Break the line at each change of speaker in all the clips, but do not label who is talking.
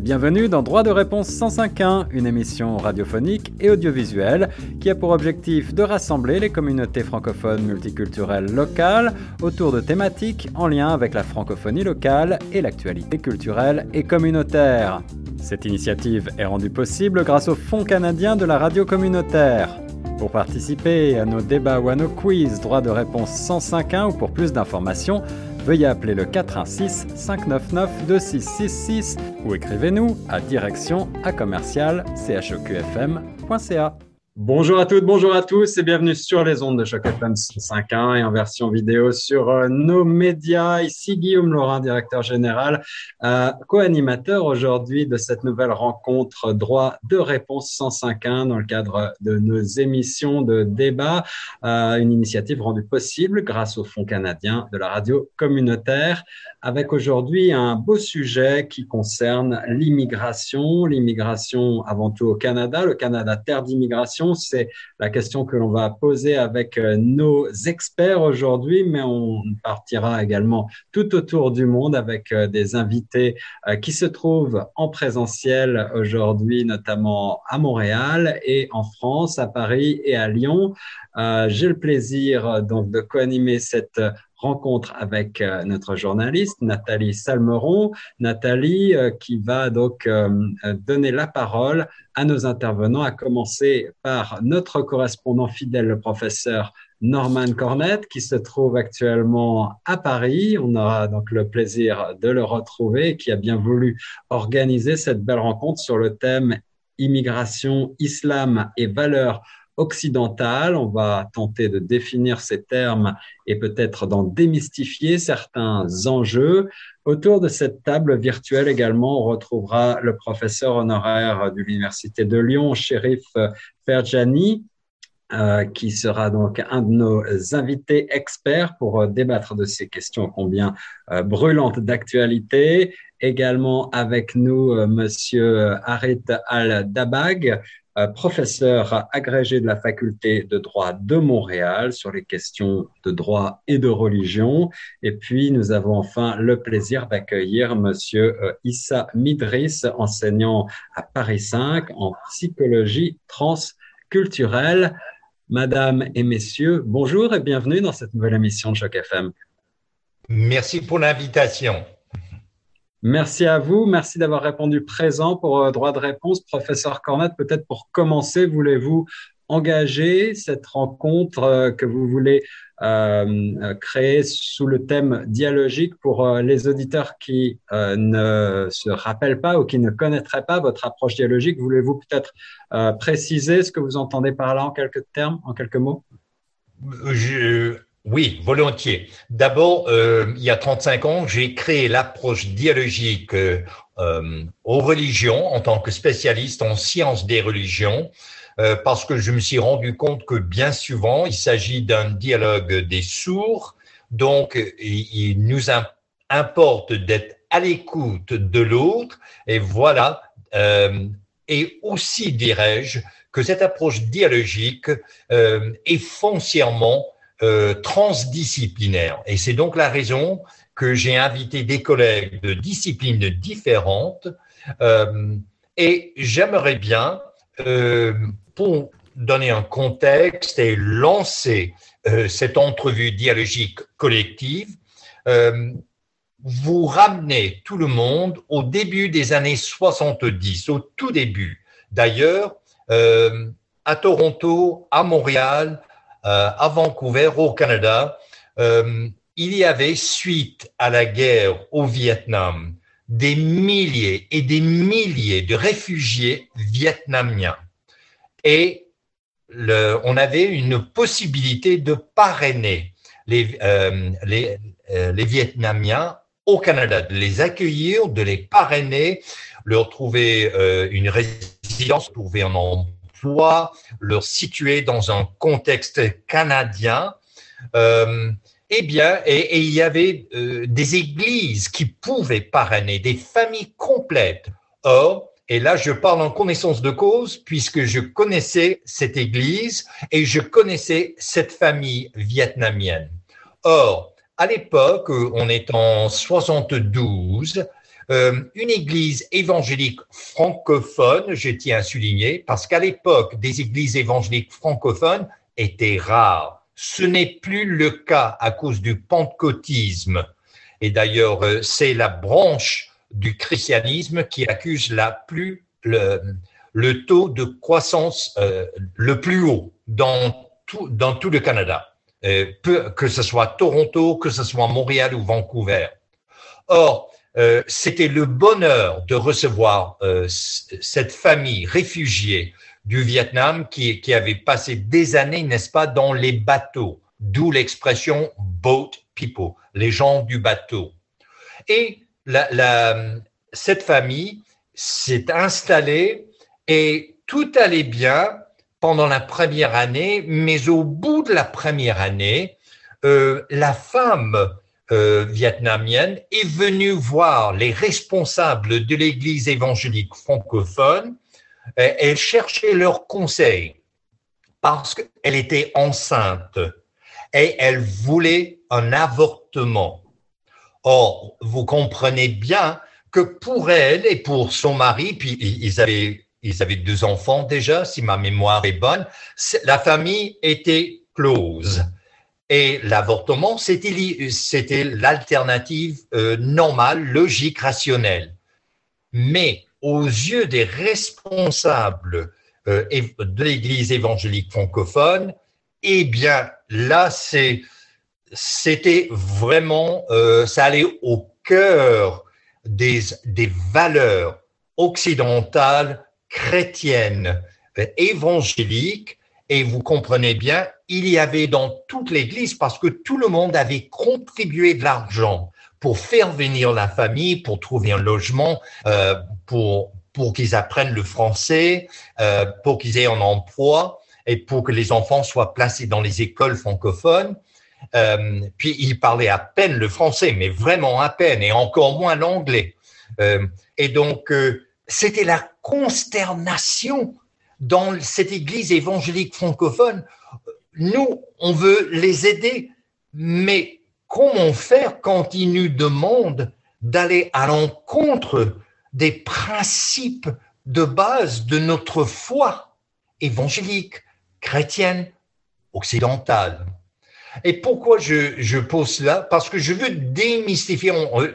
Bienvenue dans Droit de réponse 105.1, une émission radiophonique et audiovisuelle qui a pour objectif de rassembler les communautés francophones multiculturelles locales autour de thématiques en lien avec la francophonie locale et l'actualité culturelle et communautaire. Cette initiative est rendue possible grâce au Fonds canadien de la radio communautaire. Pour participer à nos débats ou à nos quiz Droit de réponse 105.1 ou pour plus d'informations, veuillez appeler le 416-599-2666 ou écrivez-nous à direction@commercial.choqfm.ca. Bonjour à toutes, bonjour à tous et bienvenue sur les ondes de Choc FM 105.1 et en version vidéo sur nos médias. Ici Guillaume Laurin, directeur général, co-animateur aujourd'hui de cette nouvelle rencontre Droit de réponse 105.1 dans le cadre de nos émissions de débat, une initiative rendue possible grâce au Fonds canadien de la radio communautaire, avec aujourd'hui un beau sujet qui concerne l'immigration avant tout au Canada, le Canada terre d'immigration. C'est la question que l'on va poser avec nos experts aujourd'hui, mais on partira également tout autour du monde avec des invités qui se trouvent en présentiel aujourd'hui, notamment à Montréal et en France, à Paris et à Lyon. J'ai le plaisir donc de co-animer cette rencontre avec notre journaliste Nathalie Salmeron. Nathalie qui va donc donner la parole à nos intervenants, à commencer par notre correspondant fidèle, le professeur Norman Cornette, qui se trouve actuellement à Paris. On aura donc le plaisir de le retrouver et qui a bien voulu organiser cette belle rencontre sur le thème immigration, islam et valeurs occidentale. On va tenter de définir ces termes et peut-être d'en démystifier certains enjeux. Autour de cette table virtuelle également, on retrouvera le professeur honoraire de l'Université de Lyon, Chérif Ferjani, qui sera donc un de nos invités experts pour débattre de ces questions combien brûlantes d'actualité. Également avec nous, monsieur Harit Al-Dabag, professeur agrégé de la faculté de droit de Montréal sur les questions de droit et de religion. Et puis, nous avons enfin le plaisir d'accueillir monsieur Issa Midris, enseignant à Paris 5 en psychologie transculturelle. Madame et messieurs, bonjour et bienvenue dans cette nouvelle émission de Choc FM.
Merci pour l'invitation.
Merci à vous, merci d'avoir répondu présent pour droit de réponse. Professeur Cornette, peut-être pour commencer, voulez-vous engager cette rencontre que vous voulez créer sous le thème dialogique pour les auditeurs qui ne se rappellent pas ou qui ne connaîtraient pas votre approche dialogique? Voulez-vous peut-être préciser ce que vous entendez par là en quelques termes, en quelques mots?
Oui, volontiers. D'abord, il y a 35 ans, j'ai créé l'approche dialogique aux religions en tant que spécialiste en sciences des religions, parce que je me suis rendu compte que bien souvent, il s'agit d'un dialogue des sourds, donc il nous importe d'être à l'écoute de l'autre, et voilà, et aussi, dirais-je, que cette approche dialogique est foncièrement transdisciplinaire. Et c'est donc la raison que j'ai invité des collègues de disciplines différentes et j'aimerais bien, pour donner un contexte et lancer cette entrevue dialogique collective, vous ramener tout le monde au début des années 70, au tout début. D'ailleurs, à Toronto, à Montréal, à Vancouver, au Canada, il y avait, suite à la guerre au Vietnam, des milliers et des milliers de réfugiés vietnamiens. Et on avait une possibilité de parrainer les Vietnamiens au Canada, de les accueillir, de les parrainer, leur trouver une résidence, trouver un emploi, leur situer dans un contexte canadien, eh bien, et il y avait des églises qui pouvaient parrainer des familles complètes. Or, et là, je parle en connaissance de cause, puisque je connaissais cette église et je connaissais cette famille vietnamienne. Or, à l'époque, on est en 72, une église évangélique francophone, je tiens à souligner, parce qu'à l'époque, des églises évangéliques francophones étaient rares. Ce n'est plus le cas à cause du pentecôtisme. Et d'ailleurs, c'est la branche du christianisme qui accuse le taux de croissance le plus haut dans tout le Canada, que ce soit Toronto, que ce soit Montréal ou Vancouver. Or, c'était le bonheur de recevoir cette famille réfugiée du Vietnam qui avait passé des années, n'est-ce pas, dans les bateaux, d'où l'expression boat people, les gens du bateau. Et cette famille s'est installée et tout allait bien pendant la première année, mais au bout de la première année, la femme vietnamienne est venue voir les responsables de l'Église évangélique francophone. Elle cherchait leurs conseils parce qu'elle était enceinte et elle voulait un avortement. Or, vous comprenez bien que pour elle et pour son mari, puis ils avaient 2 enfants déjà, si ma mémoire est bonne, la famille était close. Et l'avortement, c'était l'alternative normale, logique, rationnelle. Mais aux yeux des responsables de l'Église évangélique francophone, eh bien là, c'était vraiment, ça allait au cœur des valeurs occidentales, chrétiennes, évangéliques. Et vous comprenez bien, il y avait dans toute l'Église, parce que tout le monde avait contribué de l'argent pour faire venir la famille, pour trouver un logement, pour qu'ils apprennent le français, pour qu'ils aient un emploi et pour que les enfants soient placés dans les écoles francophones. Puis ils parlaient à peine le français, mais vraiment à peine, et encore moins l'anglais. Et donc, c'était la consternation dans cette église évangélique francophone. Nous, on veut les aider, mais comment faire quand ils nous demandent d'aller à l'encontre des principes de base de notre foi évangélique, chrétienne, occidentale? Et pourquoi je pose cela? Parce que je veux démystifier.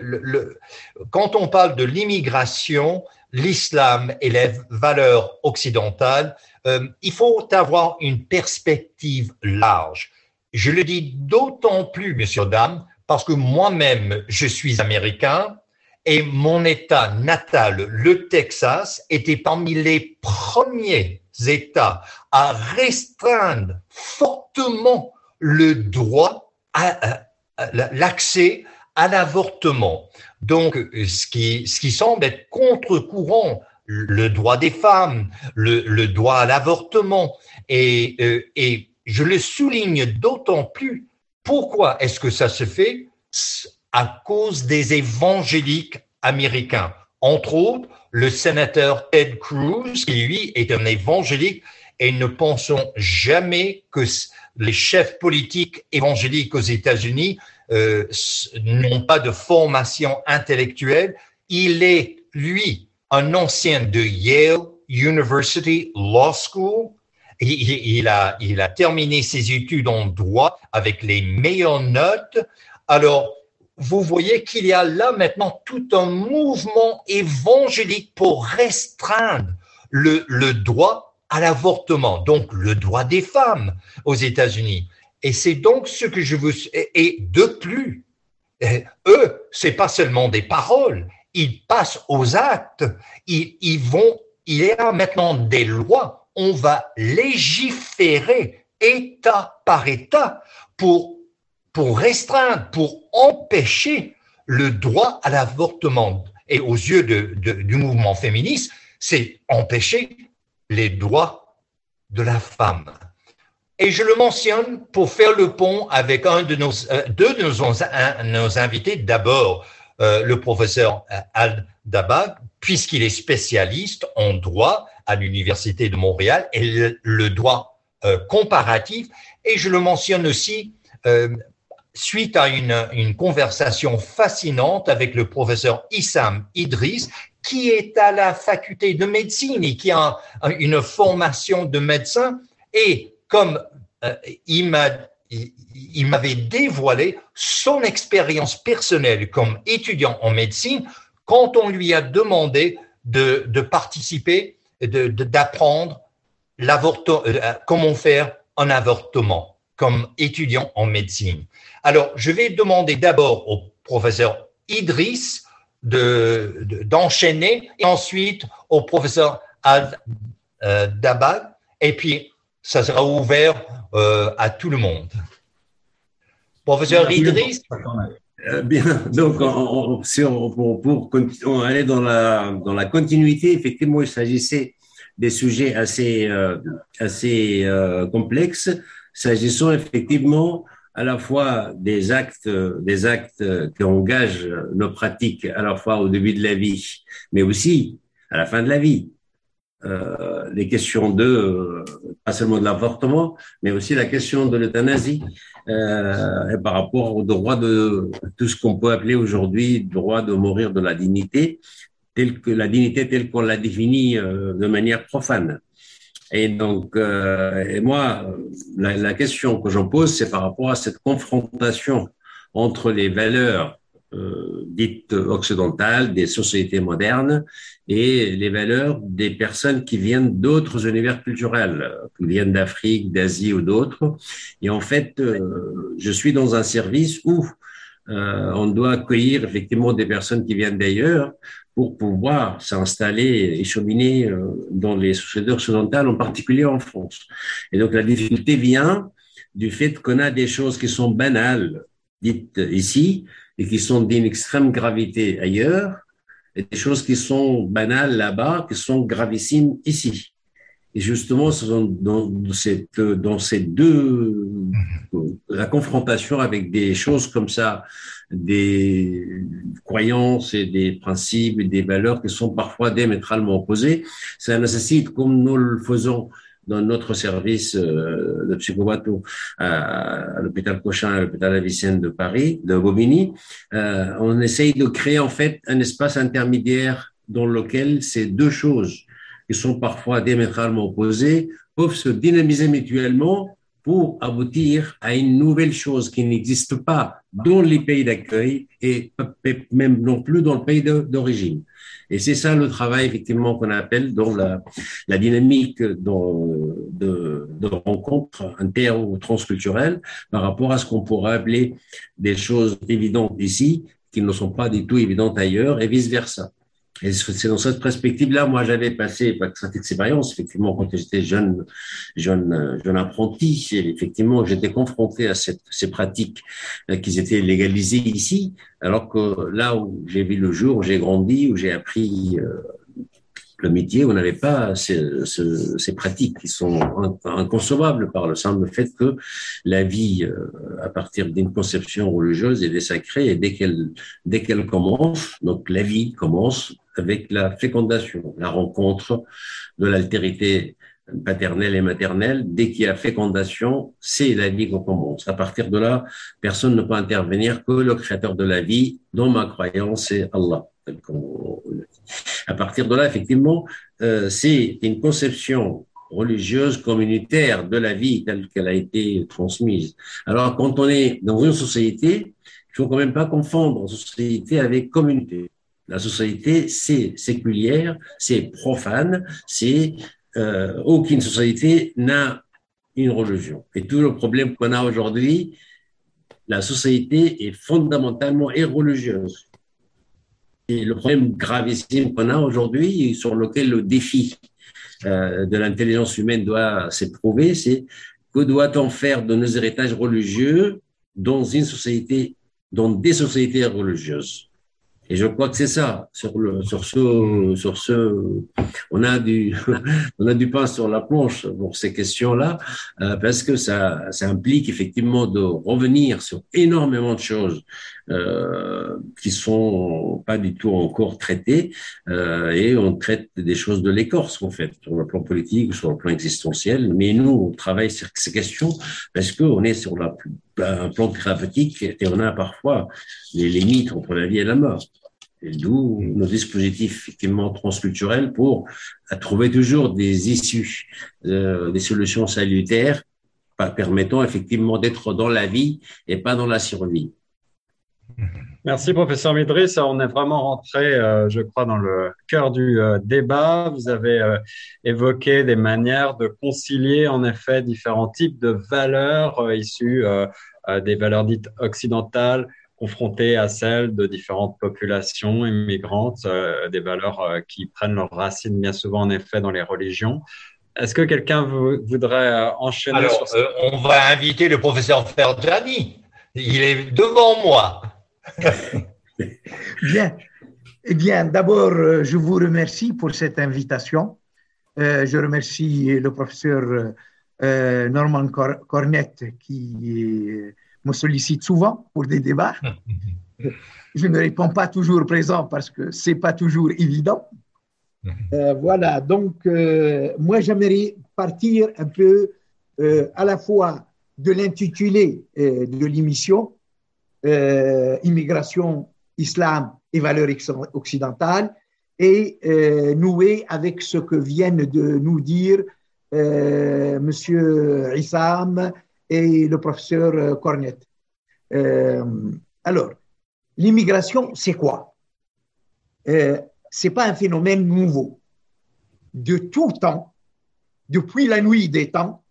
Quand on parle de l'immigration, l'islam et les valeurs occidentales, il faut avoir une perspective large. Je le dis d'autant plus, messieurs, dames, parce que moi-même, je suis américain et mon État natal, le Texas, était parmi les premiers États à restreindre fortement le droit à l'accès à l'avortement. Donc, ce qui semble être contre-courant, le droit des femmes, le droit à l'avortement. Et je le souligne d'autant plus. Pourquoi est-ce que ça se fait? À cause des évangéliques américains. Entre autres, le sénateur Ted Cruz, qui lui est un évangélique, et ne pensons jamais que les chefs politiques évangéliques aux États-Unis n'ont pas de formation intellectuelle. Il est, lui, un ancien de Yale University Law School. Il a terminé ses études en droit avec les meilleures notes. Alors, vous voyez qu'il y a là maintenant tout un mouvement évangélique pour restreindre le droit à l'avortement, donc le droit des femmes aux États-Unis. Et c'est donc ce que je veux. Et de plus, eux, c'est pas seulement des paroles, ils passent aux actes. Il y a maintenant des lois. On va légiférer État par État pour restreindre, pour empêcher le droit à l'avortement. Et aux yeux du mouvement féministe, c'est empêcher les droits de la femme. Et je le mentionne pour faire le pont avec deux de nos invités. D'abord, le professeur Al-Dabag, puisqu'il est spécialiste en droit à l'Université de Montréal et le droit comparatif. Et je le mentionne aussi suite à une conversation fascinante avec le professeur Issam Idriss, qui est à la faculté de médecine et qui a une formation de médecin. Et comme il m'avait dévoilé son expérience personnelle comme étudiant en médecine, quand on lui a demandé de participer, d'apprendre comment faire un avortement comme étudiant en médecine. Alors, je vais demander d'abord au professeur Idriss d'enchaîner et ensuite au professeur Al-Dabag, et puis ça sera ouvert à tout le monde. Professeur Idriss.
Bien, donc pour aller dans la continuité, effectivement, il s'agissait des sujets assez complexes, s'agissant effectivement à la fois des actes qui engagent nos pratiques à la fois au début de la vie, mais aussi à la fin de la vie. Les questions pas seulement de l'avortement, mais aussi la question de l'euthanasie, par rapport au droit de tout ce qu'on peut appeler aujourd'hui droit de mourir de la dignité, telle qu'on l'a définie de manière profane. Et donc, moi, la question que j'en pose, c'est par rapport à cette confrontation entre les valeurs dites occidentales, des sociétés modernes, et les valeurs des personnes qui viennent d'autres univers culturels, qui viennent d'Afrique, d'Asie ou d'autres. Et en fait, je suis dans un service où on doit accueillir effectivement des personnes qui viennent d'ailleurs pour pouvoir s'installer et cheminer dans les sociétés occidentales, en particulier en France. Et donc, la difficulté vient du fait qu'on a des choses qui sont banales, dites ici, et qui sont d'une extrême gravité ailleurs, et des choses qui sont banales là-bas, qui sont gravissimes ici. Et justement, ce sont dans ces deux, la confrontation avec des choses comme ça, des croyances et des principes et des valeurs qui sont parfois diamétralement opposées, ça nécessite, comme nous le faisons dans notre service de psychopathie à l'hôpital Cochin, à l'hôpital Avicenne de Paris, de Bobigny, on essaye de créer en fait un espace intermédiaire dans lequel ces deux choses qui sont parfois diamétralement opposées peuvent se dynamiser mutuellement pour aboutir à une nouvelle chose qui n'existe pas dans les pays d'accueil et même non plus dans le pays d'origine. Et c'est ça le travail effectivement qu'on appelle dans la dynamique de rencontre inter- ou transculturelle par rapport à ce qu'on pourrait appeler des choses évidentes ici qui ne sont pas du tout évidentes ailleurs et vice-versa. Et c'est dans cette perspective-là, moi, j'avais passé cette expérience, effectivement, quand j'étais jeune apprenti, et effectivement, j'étais confronté à ces pratiques qui étaient légalisées ici, alors que là où j'ai vu le jour, où j'ai grandi, où j'ai appris le métier, on n'avait pas ces pratiques qui sont inconcevables par le simple fait que la vie, à partir d'une conception religieuse, elle est sacrée et dès qu'elle commence, donc la vie commence avec la fécondation, la rencontre de l'altérité paternelle et maternelle. Dès qu'il y a fécondation, c'est la vie qu'on commence. À partir de là, personne ne peut intervenir que le créateur de la vie. Dans ma croyance, c'est Allah. À partir de là, effectivement, c'est une conception religieuse communautaire de la vie telle qu'elle a été transmise. Alors, quand on est dans une société, il faut quand même pas confondre société avec communauté. La société, c'est séculière, c'est profane, aucune société n'a une religion. Et tout le problème qu'on a aujourd'hui, la société est fondamentalement religieuse. Et le problème gravissime qu'on a aujourd'hui, sur lequel le défi de l'intelligence humaine doit s'éprouver, c'est que doit-on faire de nos héritages religieux dans des sociétés religieuses? Et je crois que c'est ça. On a du pain sur la planche pour ces questions-là, parce que ça implique effectivement de revenir sur énormément de choses qui sont pas du tout encore traitées, et on traite des choses de l'écorce, en fait, sur le plan politique, sur le plan existentiel. Mais nous, on travaille sur ces questions parce qu'on est sur un plan thérapeutique et on a parfois les limites entre la vie et la mort. Et d'où nos dispositifs effectivement transculturels pour trouver toujours des issues, des solutions salutaires permettant effectivement d'être dans la vie et pas dans la survie.
Merci, professeur Midris. On est vraiment rentré, je crois, dans le cœur du débat. Vous avez évoqué des manières de concilier, en effet, différents types de valeurs issues des valeurs dites occidentales, confrontées à celles de différentes populations immigrantes, des valeurs qui prennent leurs racines bien souvent, en effet, dans les religions. Est-ce que quelqu'un voudrait enchaîner
Alors,
sur ça?
On va inviter le professeur Ferjani. Il est devant moi.
Bien. Eh bien, d'abord, je vous remercie pour cette invitation. Je remercie le professeur Norman Cornette qui me sollicite souvent pour des débats. Je ne réponds pas toujours présent parce que ce n'est pas toujours évident. Voilà, donc moi j'aimerais partir un peu à la fois de l'intitulé de l'émission, Immigration, Islam et valeurs occidentales, et nouer avec ce que viennent de nous dire Monsieur Issam et le professeur Cornette. Alors, l'immigration, c'est quoi? C'est pas un phénomène nouveau. De tout temps, depuis la nuit des temps,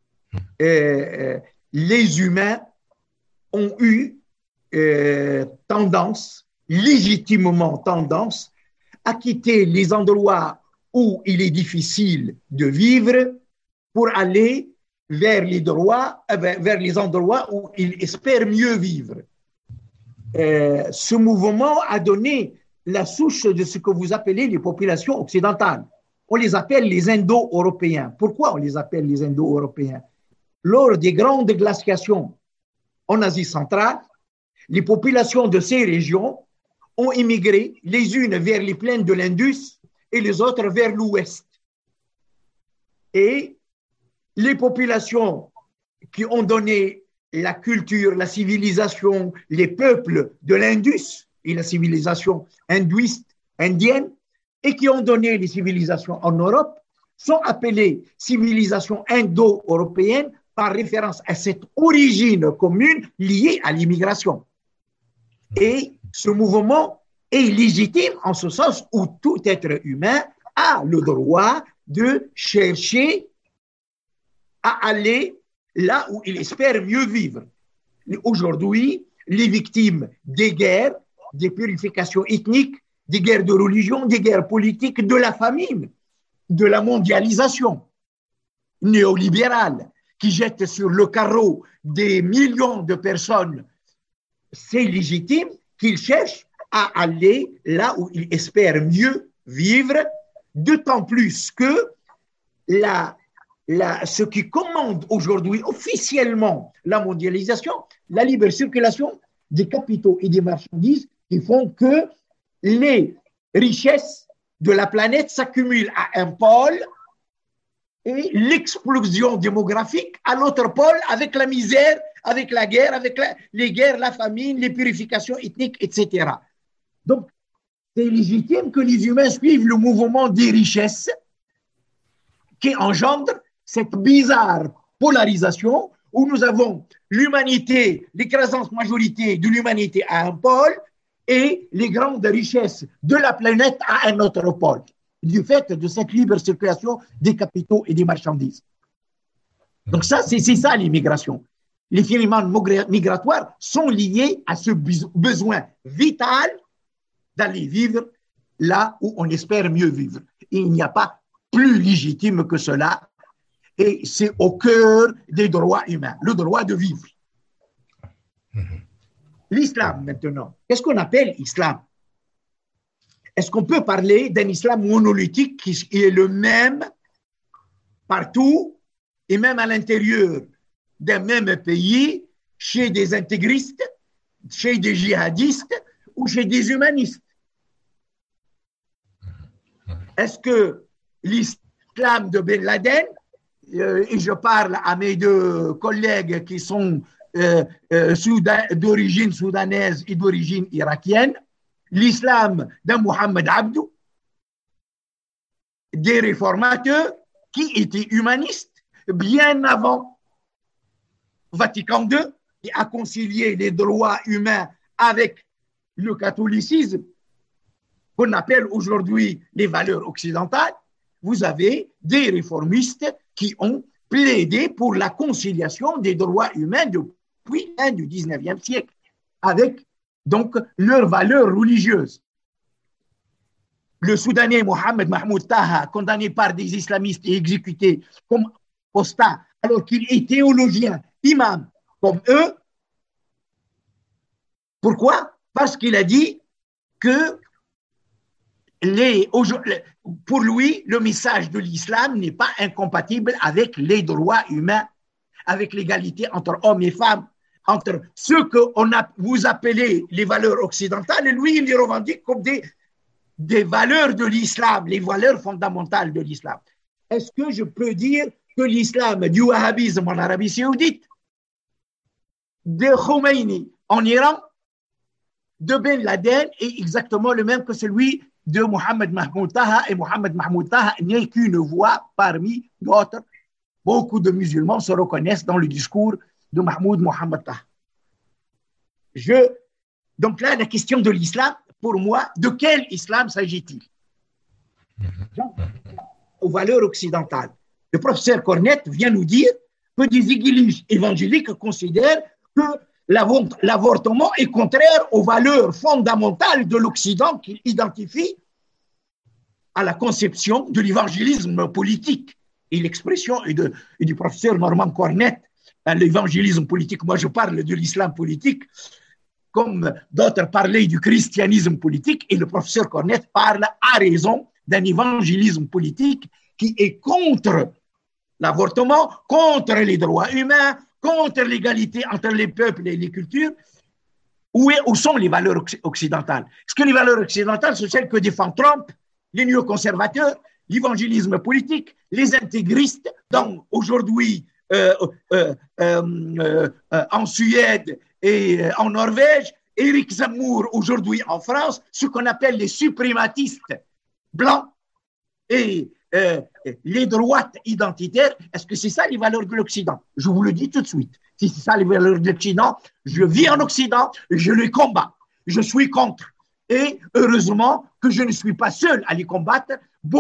les humains ont eu tendance, légitimement tendance, à quitter les endroits où il est difficile de vivre pour aller vers les endroits où ils espèrent mieux vivre. Ce mouvement a donné la souche de ce que vous appelez les populations occidentales. On les appelle les Indo-Européens. Pourquoi on les appelle les Indo-Européens? Lors des grandes glaciations en Asie centrale, les populations de ces régions ont immigré les unes vers les plaines de l'Indus et les autres vers l'ouest. Et les populations qui ont donné la culture, la civilisation, les peuples de l'Indus et la civilisation hindouiste, indienne, et qui ont donné les civilisations en Europe, sont appelées civilisations indo-européennes par référence à cette origine commune liée à l'immigration. Et ce mouvement est légitime en ce sens où tout être humain a le droit de chercher à aller là où il espère mieux vivre. Aujourd'hui, les victimes des guerres, des purifications ethniques, des guerres de religion, des guerres politiques, de la famine, de la mondialisation néolibérale qui jette sur le carreau des millions de personnes, c'est légitime qu'ils cherchent à aller là où ils espèrent mieux vivre, d'autant plus que ce qui commande aujourd'hui officiellement la mondialisation, la libre circulation des capitaux et des marchandises qui font que les richesses de la planète s'accumulent à un pôle et l'explosion démographique à l'autre pôle avec la misère, avec la guerre, avec les guerres, la famine, les purifications ethniques, etc. Donc, c'est légitime que les humains suivent le mouvement des richesses qui engendre cette bizarre polarisation où nous avons l'humanité, l'écrasante majorité de l'humanité à un pôle et les grandes richesses de la planète à un autre pôle, du fait de cette libre circulation des capitaux et des marchandises. Donc ça, c'est ça l'immigration. Les phénomènes migratoires sont liés à ce besoin vital d'aller vivre là où on espère mieux vivre. Et il n'y a pas plus légitime que cela. Et c'est au cœur des droits humains, le droit de vivre. L'islam, maintenant. Qu'est-ce qu'on appelle islam? Est-ce qu'on peut parler d'un islam monolithique qui est le même partout et même à l'intérieur d'un même pays, chez des intégristes, chez des djihadistes ou chez des humanistes. Est-ce que l'islam de Ben Laden, et je parle à mes deux collègues qui sont d'origine soudanaise et d'origine irakienne, l'islam de Mohamed Abdou, des réformateurs qui étaient humanistes bien avant Vatican II, qui a concilié les droits humains avec le catholicisme, qu'on appelle aujourd'hui les valeurs occidentales. Vous avez des réformistes qui ont plaidé pour la conciliation des droits humains depuis la fin du 19e siècle, avec donc leurs valeurs religieuses. Le Soudanais Mohamed Mahmoud Taha, condamné par des islamistes et exécuté comme apostat, alors qu'il est théologien, imam, comme eux. Pourquoi? Parce qu'il a dit que pour lui, le message de l'islam n'est pas incompatible avec les droits humains, avec l'égalité entre hommes et femmes, entre ceux que vous appelez les valeurs occidentales, et lui, il les revendique comme des valeurs de l'islam, les valeurs fondamentales de l'islam. Est-ce que je peux dire que l'islam du wahhabisme en Arabie Saoudite, de Khomeini en Iran, de Ben Laden est exactement le même que celui de Mohamed Mahmoud Taha, et Mohamed Mahmoud Taha n'est qu'une voix parmi d'autres. Beaucoup de musulmans se reconnaissent dans le discours de Mahmoud Mohamed Taha. Donc là, la question de l'islam, pour moi, de quel islam s'agit-il? Aux valeurs occidentales. Le professeur Cornette vient nous dire que des églises évangéliques considèrent que l'avortement est contraire aux valeurs fondamentales de l'Occident qu'il identifie à la conception de l'évangélisme politique. Et l'expression est du professeur Norman Cornette, l'évangélisme politique. Moi, je parle de l'islam politique, comme d'autres parlaient du christianisme politique, et le professeur Cornette parle à raison d'un évangélisme politique qui est contre l'avortement, contre les droits humains, contre l'égalité entre les peuples et les cultures. Où sont les valeurs occidentales? Est-ce que les valeurs occidentales sont celles que défend Trump, les néoconservateurs, l'évangélisme politique, les intégristes, donc aujourd'hui en Suède et en Norvège, Éric Zemmour aujourd'hui en France, ce qu'on appelle les suprématistes blancs et les droites identitaires? Est-ce que c'est ça les valeurs de l'Occident? Je vous le dis tout de suite. Si c'est ça les valeurs de l'Occident, je vis en Occident, je les combats. Je suis contre. Et heureusement que je ne suis pas seul à les combattre.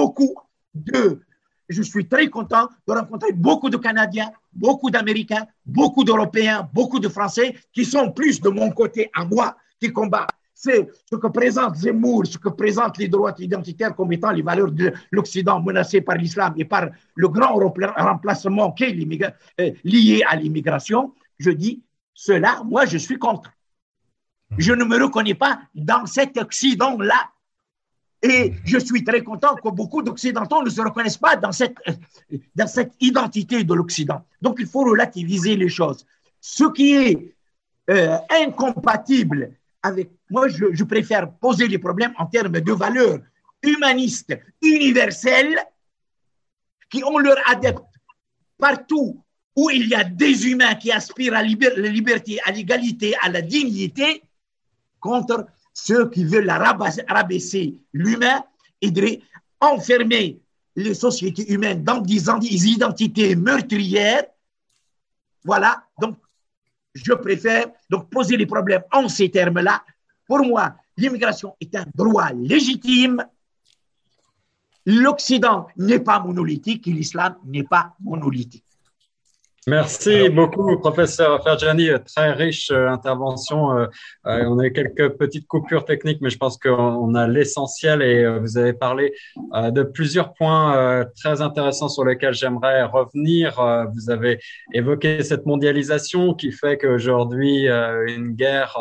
Je suis très content de rencontrer beaucoup de Canadiens, beaucoup d'Américains, beaucoup d'Européens, beaucoup de Français qui sont plus de mon côté à moi qui combattent. C'est ce que présente Zemmour, ce que présentent les droits identitaires comme étant les valeurs de l'Occident menacées par l'islam et par le grand remplacement qui est lié à l'immigration. Je dis, cela, moi, je suis contre. Je ne me reconnais pas dans cet Occident-là. Et je suis très content que beaucoup d'Occidentaux ne se reconnaissent pas dans cette identité de l'Occident. Donc, il faut relativiser les choses. Ce qui est incompatible avec... Moi, je préfère poser les problèmes en termes de valeurs humanistes universelles qui ont leur adepte partout où il y a des humains qui aspirent à la liberté, à l'égalité, à la dignité, contre ceux qui veulent rabaisser l'humain et enfermer les sociétés humaines dans des identités meurtrières. Voilà, donc je préfère donc poser les problèmes en ces termes-là. Pour moi, l'immigration est un droit légitime. L'Occident n'est pas monolithique et l'islam n'est pas monolithique.
Merci beaucoup, professeur Ferjani. Très riche intervention. On a eu quelques petites coupures techniques, mais je pense qu'on a l'essentiel et vous avez parlé de plusieurs points très intéressants sur lesquels j'aimerais revenir. Vous avez évoqué cette mondialisation qui fait qu'aujourd'hui, une guerre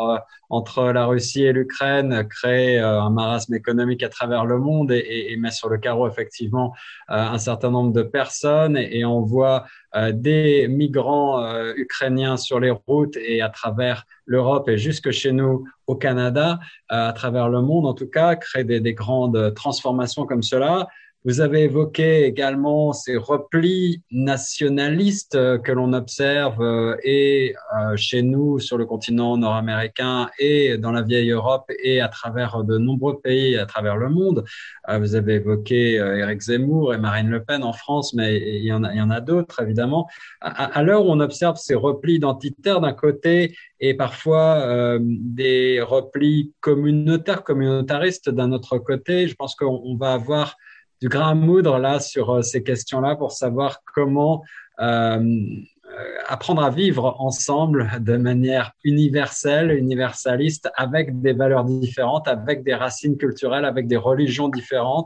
entre la Russie et l'Ukraine crée un marasme économique à travers le monde et met sur le carreau effectivement un certain nombre de personnes et on voit des migrants ukrainiens sur les routes et à travers l'Europe et jusque chez nous au Canada, à travers le monde en tout cas, créer des grandes transformations comme cela. Vous avez évoqué également ces replis nationalistes que l'on observe et chez nous sur le continent nord-américain et dans la vieille Europe et à travers de nombreux pays à travers le monde. Vous avez évoqué Éric Zemmour et Marine Le Pen en France, mais il y en a d'autres évidemment. À l'heure où on observe ces replis identitaires d'un côté et parfois des replis communautaristes d'un autre côté, je pense qu'on va avoir du grain à moudre là sur ces questions-là pour savoir comment apprendre à vivre ensemble de manière universaliste, avec des valeurs différentes, avec des racines culturelles, avec des religions différentes.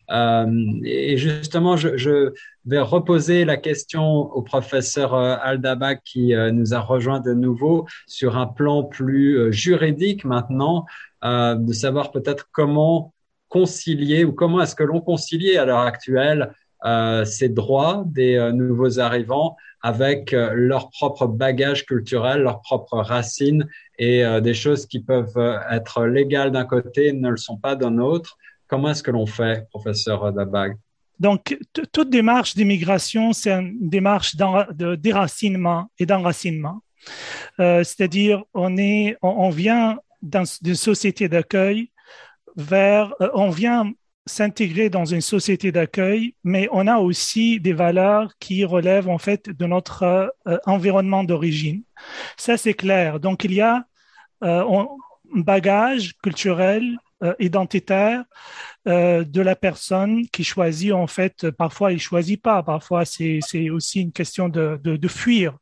Et justement, je vais reposer la question au professeur Al-Dabbagh qui nous a rejoint de nouveau sur un plan plus juridique maintenant, de savoir peut-être comment concilier ou comment est-ce que l'on concilie à l'heure actuelle ces droits des nouveaux arrivants avec leur propre bagage culturel, leurs propres racines et des choses qui peuvent être légales d'un côté ne le sont pas d'un autre. Comment est-ce que l'on fait, professeur Dabbagh?
Donc, toute démarche d'immigration, c'est une démarche de déracinement et d'enracinement. C'est-à-dire, on vient d'une société d'accueil on vient s'intégrer dans une société d'accueil, mais on a aussi des valeurs qui relèvent en fait de notre environnement d'origine. Ça, c'est clair. Donc, il y a un bagage culturel, identitaire de la personne qui choisit en fait, parfois il choisit pas, parfois c'est aussi une question de fuir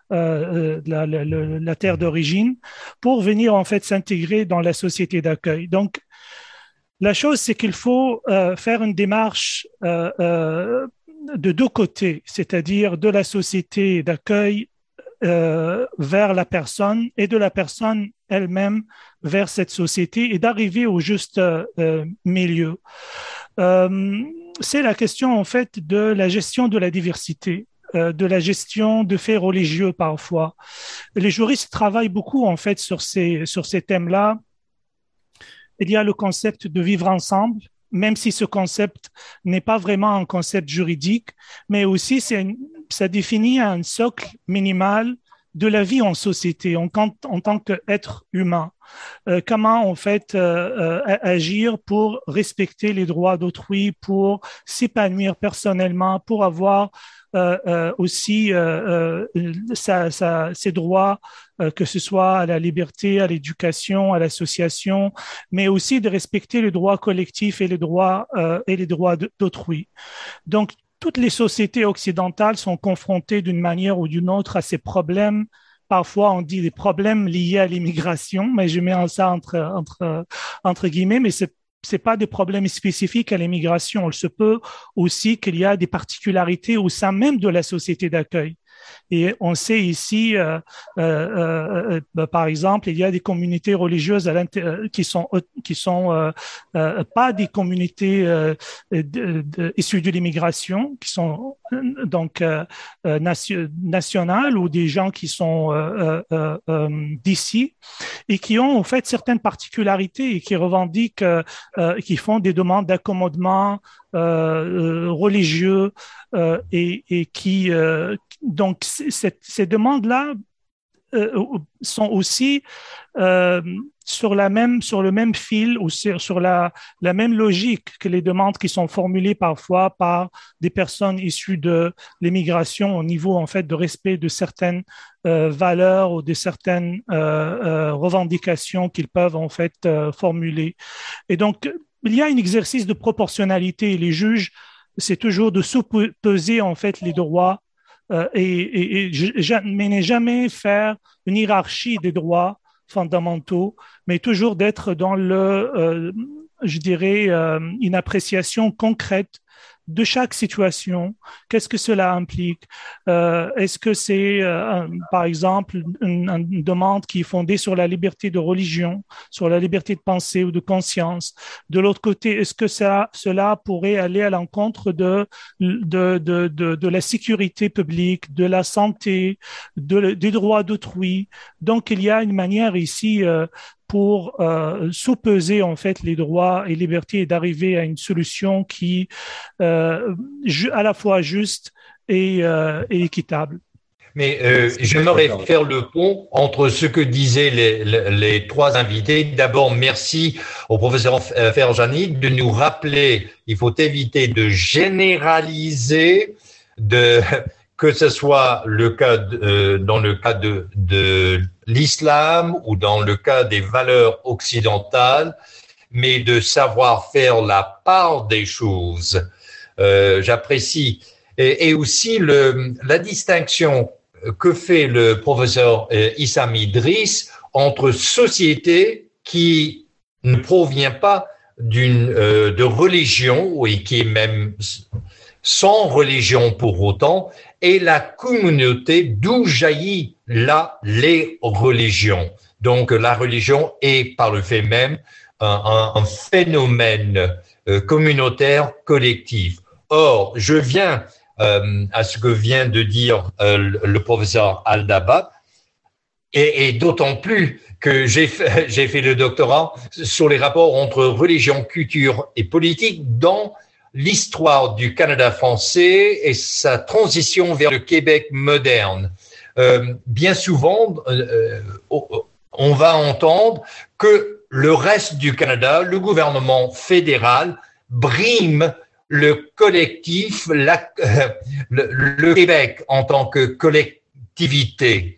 la terre d'origine pour venir en fait s'intégrer dans la société d'accueil. Donc, la chose, c'est qu'il faut faire une démarche de deux côtés, c'est-à-dire de la société d'accueil vers la personne et de la personne elle-même vers cette société et d'arriver au juste milieu. C'est la question en fait de la gestion de la diversité, de la gestion de faits religieux parfois. Les juristes travaillent beaucoup en fait sur ces thèmes-là. Il y a le concept de vivre ensemble, même si ce concept n'est pas vraiment un concept juridique, mais aussi ça définit un socle minimal de la vie en société, en tant qu'être humain. Comment en fait agir pour respecter les droits d'autrui, pour s'épanouir personnellement, pour avoir aussi ses droits, que ce soit à la liberté, à l'éducation, à l'association, mais aussi de respecter les droits collectifs et les droits d'autrui. Donc, toutes les sociétés occidentales sont confrontées d'une manière ou d'une autre à ces problèmes. Parfois, on dit des problèmes liés à l'immigration, mais je mets ça entre guillemets, mais c'est pas des problèmes spécifiques à l'immigration. Il se peut aussi qu'il y a des particularités au sein même de la société d'accueil. Et on sait ici, par exemple, il y a des communautés religieuses qui sont pas des communautés issues de l'immigration, qui sont donc nationales ou des gens qui sont d'ici et qui ont en fait certaines particularités et qui revendiquent, qui font des demandes d'accommodement religieux et qui donc ces demandes-là sont aussi sur le même fil ou sur la même logique que les demandes qui sont formulées parfois par des personnes issues de l'immigration au niveau en fait de respect de certaines valeurs ou de certaines revendications qu'ils peuvent en fait formuler. Et donc il y a un exercice de proportionnalité et les juges, c'est toujours de sous-peser en fait les droits mais ne jamais faire une hiérarchie des droits fondamentaux, mais toujours d'être dans je dirais, une appréciation concrète de chaque situation. Qu'est-ce que cela implique? Est-ce que c'est, par exemple, une demande qui est fondée sur la liberté de religion, sur la liberté de pensée ou de conscience? De l'autre côté, est-ce que cela pourrait aller à l'encontre de la sécurité publique, de la santé, des droits d'autrui? Donc, il y a une manière ici pour sous-peser en fait les droits et libertés et d'arriver à une solution qui à la fois juste et équitable.
Mais j'aimerais faire le pont entre ce que disaient les trois invités. D'abord, merci au professeur Ferjani de nous rappeler, il faut éviter de généraliser, que ce soit le cas dans le cas de l'islam ou dans le cas des valeurs occidentales, mais de savoir faire la part des choses. J'apprécie. Et aussi la distinction que fait le professeur Issam Idriss entre société qui ne provient pas de religion et qui est même sans religion pour autant, et la communauté d'où jaillit là les religions. Donc la religion est par le fait même un phénomène communautaire collectif. Or, je viens à ce que vient de dire le professeur Al-Dabba, et d'autant plus que j'ai fait le doctorat sur les rapports entre religion, culture et politique dans l'histoire du Canada français et sa transition vers le Québec moderne. Bien souvent, on va entendre que le reste du Canada, le gouvernement fédéral, brime le collectif, le Québec en tant que collectivité.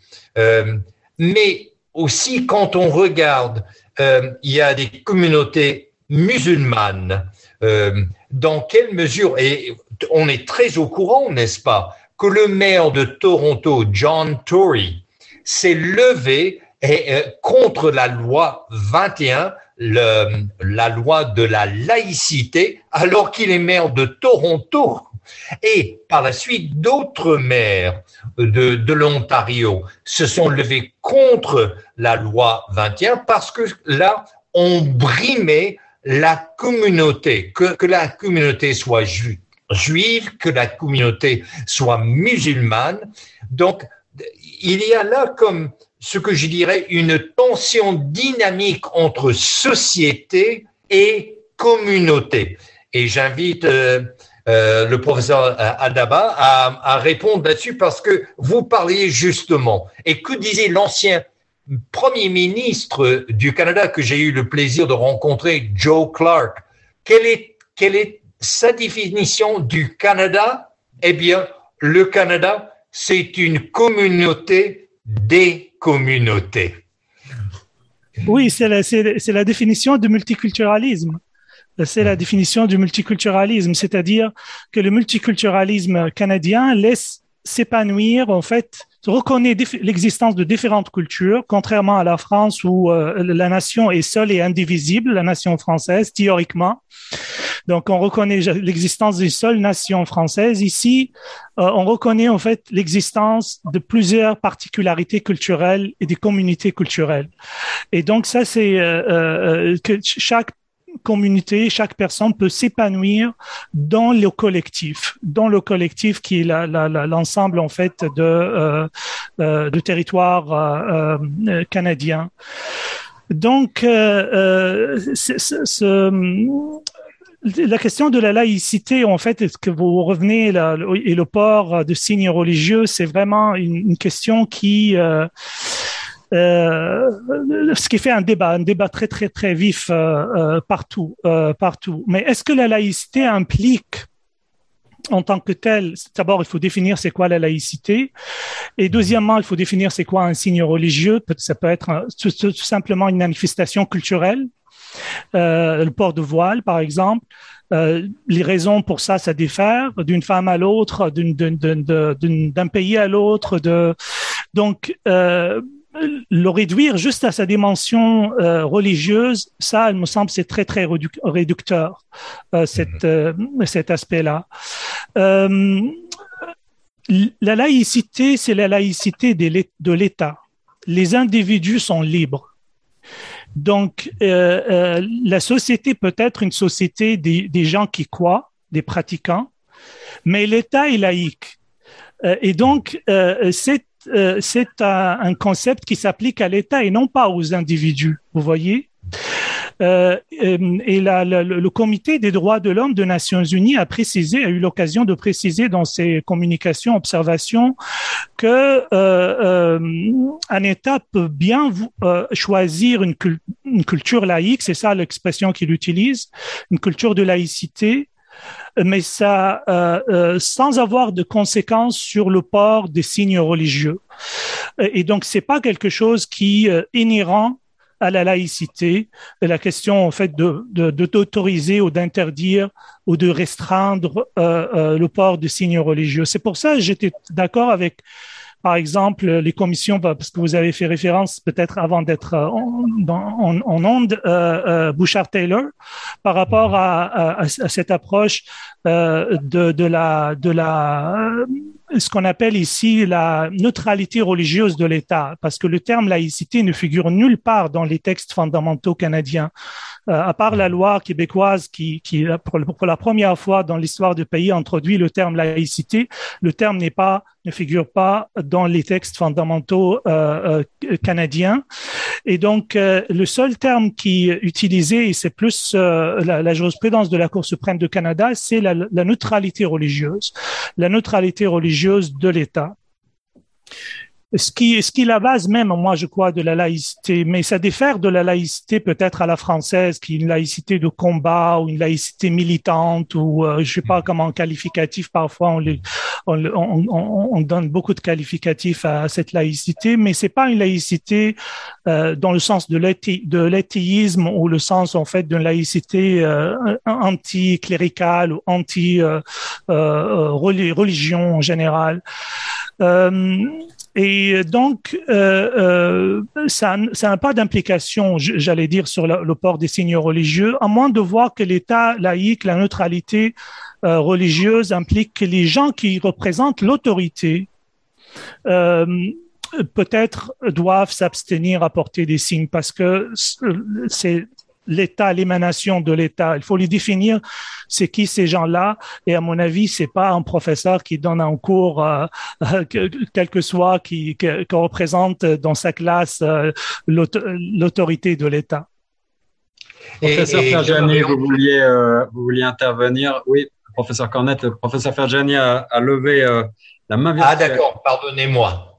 Mais aussi, quand on regarde, il y a des communautés musulmanes. Dans quelle mesure, et on est très au courant, n'est-ce pas, que le maire de Toronto, John Tory, s'est levé contre la loi 21, la loi de la laïcité, alors qu'il est maire de Toronto. Et par la suite, d'autres maires de l'Ontario se sont levés contre la loi 21 parce que là, on brimait la communauté, que la communauté soit juive, que la communauté soit musulmane. Donc, il y a là comme ce que je dirais une tension dynamique entre société et communauté. Et j'invite le professeur Al-Dabba à répondre là-dessus parce que vous parliez justement. Et que disait l'ancien Premier ministre du Canada que j'ai eu le plaisir de rencontrer, Joe Clark? Quelle est sa définition du Canada? Eh bien, le Canada, c'est une communauté des communautés.
Oui, c'est la définition du multiculturalisme. C'est la définition du multiculturalisme, c'est-à-dire que le multiculturalisme canadien laisse s'épanouir, en fait, reconnaît l'existence de différentes cultures, contrairement à la France où la nation est seule et indivisible, la nation française, théoriquement. Donc, on reconnaît l'existence d'une seule nation française. Ici, on reconnaît en fait l'existence de plusieurs particularités culturelles et des communautés culturelles. Et donc, ça, c'est que chaque communauté, chaque personne peut s'épanouir dans le collectif qui est l'ensemble en fait de territoire canadien. Donc, la question de la laïcité, en fait, est-ce que vous revenez là, et le port de signes religieux, c'est vraiment une question qui ce qui fait un débat très très très vif partout. Mais est-ce que la laïcité implique en tant que telle, d'abord il faut définir c'est quoi la laïcité, et deuxièmement il faut définir c'est quoi un signe religieux. Ça peut être tout simplement une manifestation culturelle, le port de voile par exemple. Les raisons pour ça diffère d'une femme à l'autre, d'un pays à l'autre. Donc le réduire juste à sa dimension religieuse, ça, il me semble, c'est très, très réducteur, cet aspect-là. La laïcité, c'est la laïcité de l'État. Les individus sont libres. Donc, la société peut être une société des gens qui croient, des pratiquants, mais l'État est laïque. Et donc, c'est un concept qui s'applique à l'État et non pas aux individus, vous voyez. Et le Comité des droits de l'homme des Nations Unies a eu l'occasion de préciser dans ses communications, observations, que un État peut bien choisir une culture laïque, c'est ça l'expression qu'il utilise, une culture de laïcité, mais ça sans avoir de conséquences sur le port des signes religieux. Et donc c'est pas quelque chose qui est inhérent à la laïcité, la question en fait d'autoriser ou d'interdire ou de restreindre le port de signes religieux. C'est pour ça que j'étais d'accord avec, par exemple, les commissions, parce que vous avez fait référence peut-être avant d'être en onde, Bouchard-Taylor, par rapport à cette approche de la ce qu'on appelle ici la neutralité religieuse de l'État, parce que le terme laïcité ne figure nulle part dans les textes fondamentaux canadiens, à part la loi québécoise qui pour la première fois dans l'histoire du pays introduit le terme laïcité. Le terme ne figure pas dans les textes fondamentaux canadiens. Et donc, le seul terme qui est utilisé, et c'est plus la jurisprudence de la Cour suprême du Canada, c'est la neutralité religieuse. La neutralité religieuse de l'État. Ce qui est la base même, moi, je crois, de la laïcité, mais ça diffère de la laïcité peut-être à la française, qui est une laïcité de combat ou une laïcité militante ou je sais pas comment qualificatif, parfois on donne beaucoup de qualificatifs à cette laïcité, mais c'est pas une laïcité dans le sens de l'athéisme ou le sens en fait d'une laïcité anti-cléricale ou anti-religion en général. Et donc, ça n'a pas d'implication, j'allais dire, sur le port des signes religieux, à moins de voir que l'État laïque, la neutralité religieuse implique que les gens qui représentent l'autorité peut-être doivent s'abstenir à porter des signes parce que c'est l'État, l'émanation de l'État. Il faut les définir, c'est qui ces gens-là. Et à mon avis, c'est pas un professeur qui donne un cours, quel que soit, qui représente dans sa classe l'autorité de l'État.
Professeur Ferjani, vous vouliez intervenir. Oui, professeur Cornette, le professeur Ferjani a levé la main virtuelle.
Ah d'accord, pardonnez-moi.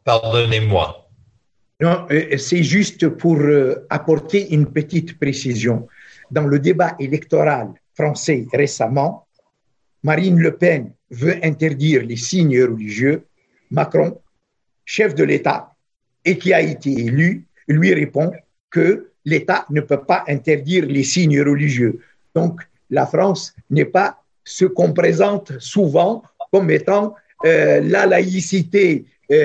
Non, c'est juste pour apporter une petite précision. Dans le débat électoral français récemment, Marine Le Pen veut interdire les signes religieux. Macron, chef de l'État et qui a été élu, lui répond que l'État ne peut pas interdire les signes religieux. Donc, la France n'est pas ce qu'on présente souvent comme étant la laïcité,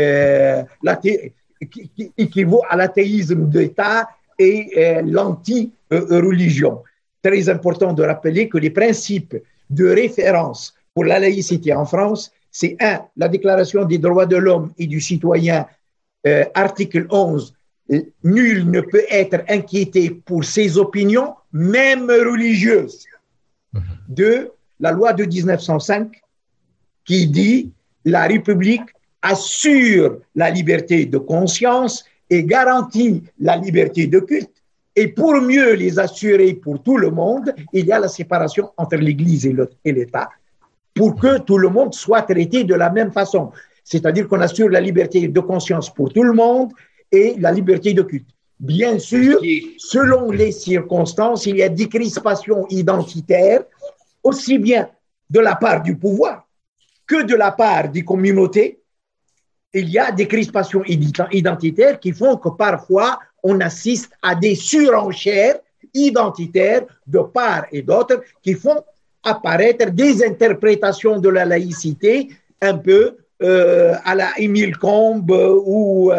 qui équivaut à l'athéisme d'État et l'anti-religion. Très important de rappeler que les principes de référence pour la laïcité en France, c'est la Déclaration des droits de l'homme et du citoyen, article 11, nul ne peut être inquiété pour ses opinions, même religieuses. 2, la loi de 1905 qui dit la République assure la liberté de conscience et garantit la liberté de culte. Et pour mieux les assurer pour tout le monde, il y a la séparation entre l'Église et l'État pour que tout le monde soit traité de la même façon. C'est-à-dire qu'on assure la liberté de conscience pour tout le monde et la liberté de culte. Bien sûr, selon les circonstances, il y a des crispations identitaires, aussi bien de la part du pouvoir que de la part des communautés. Il y a des crispations identitaires qui font que parfois on assiste à des surenchères identitaires de part et d'autre qui font apparaître des interprétations de la laïcité un peu à la Émile Combes ou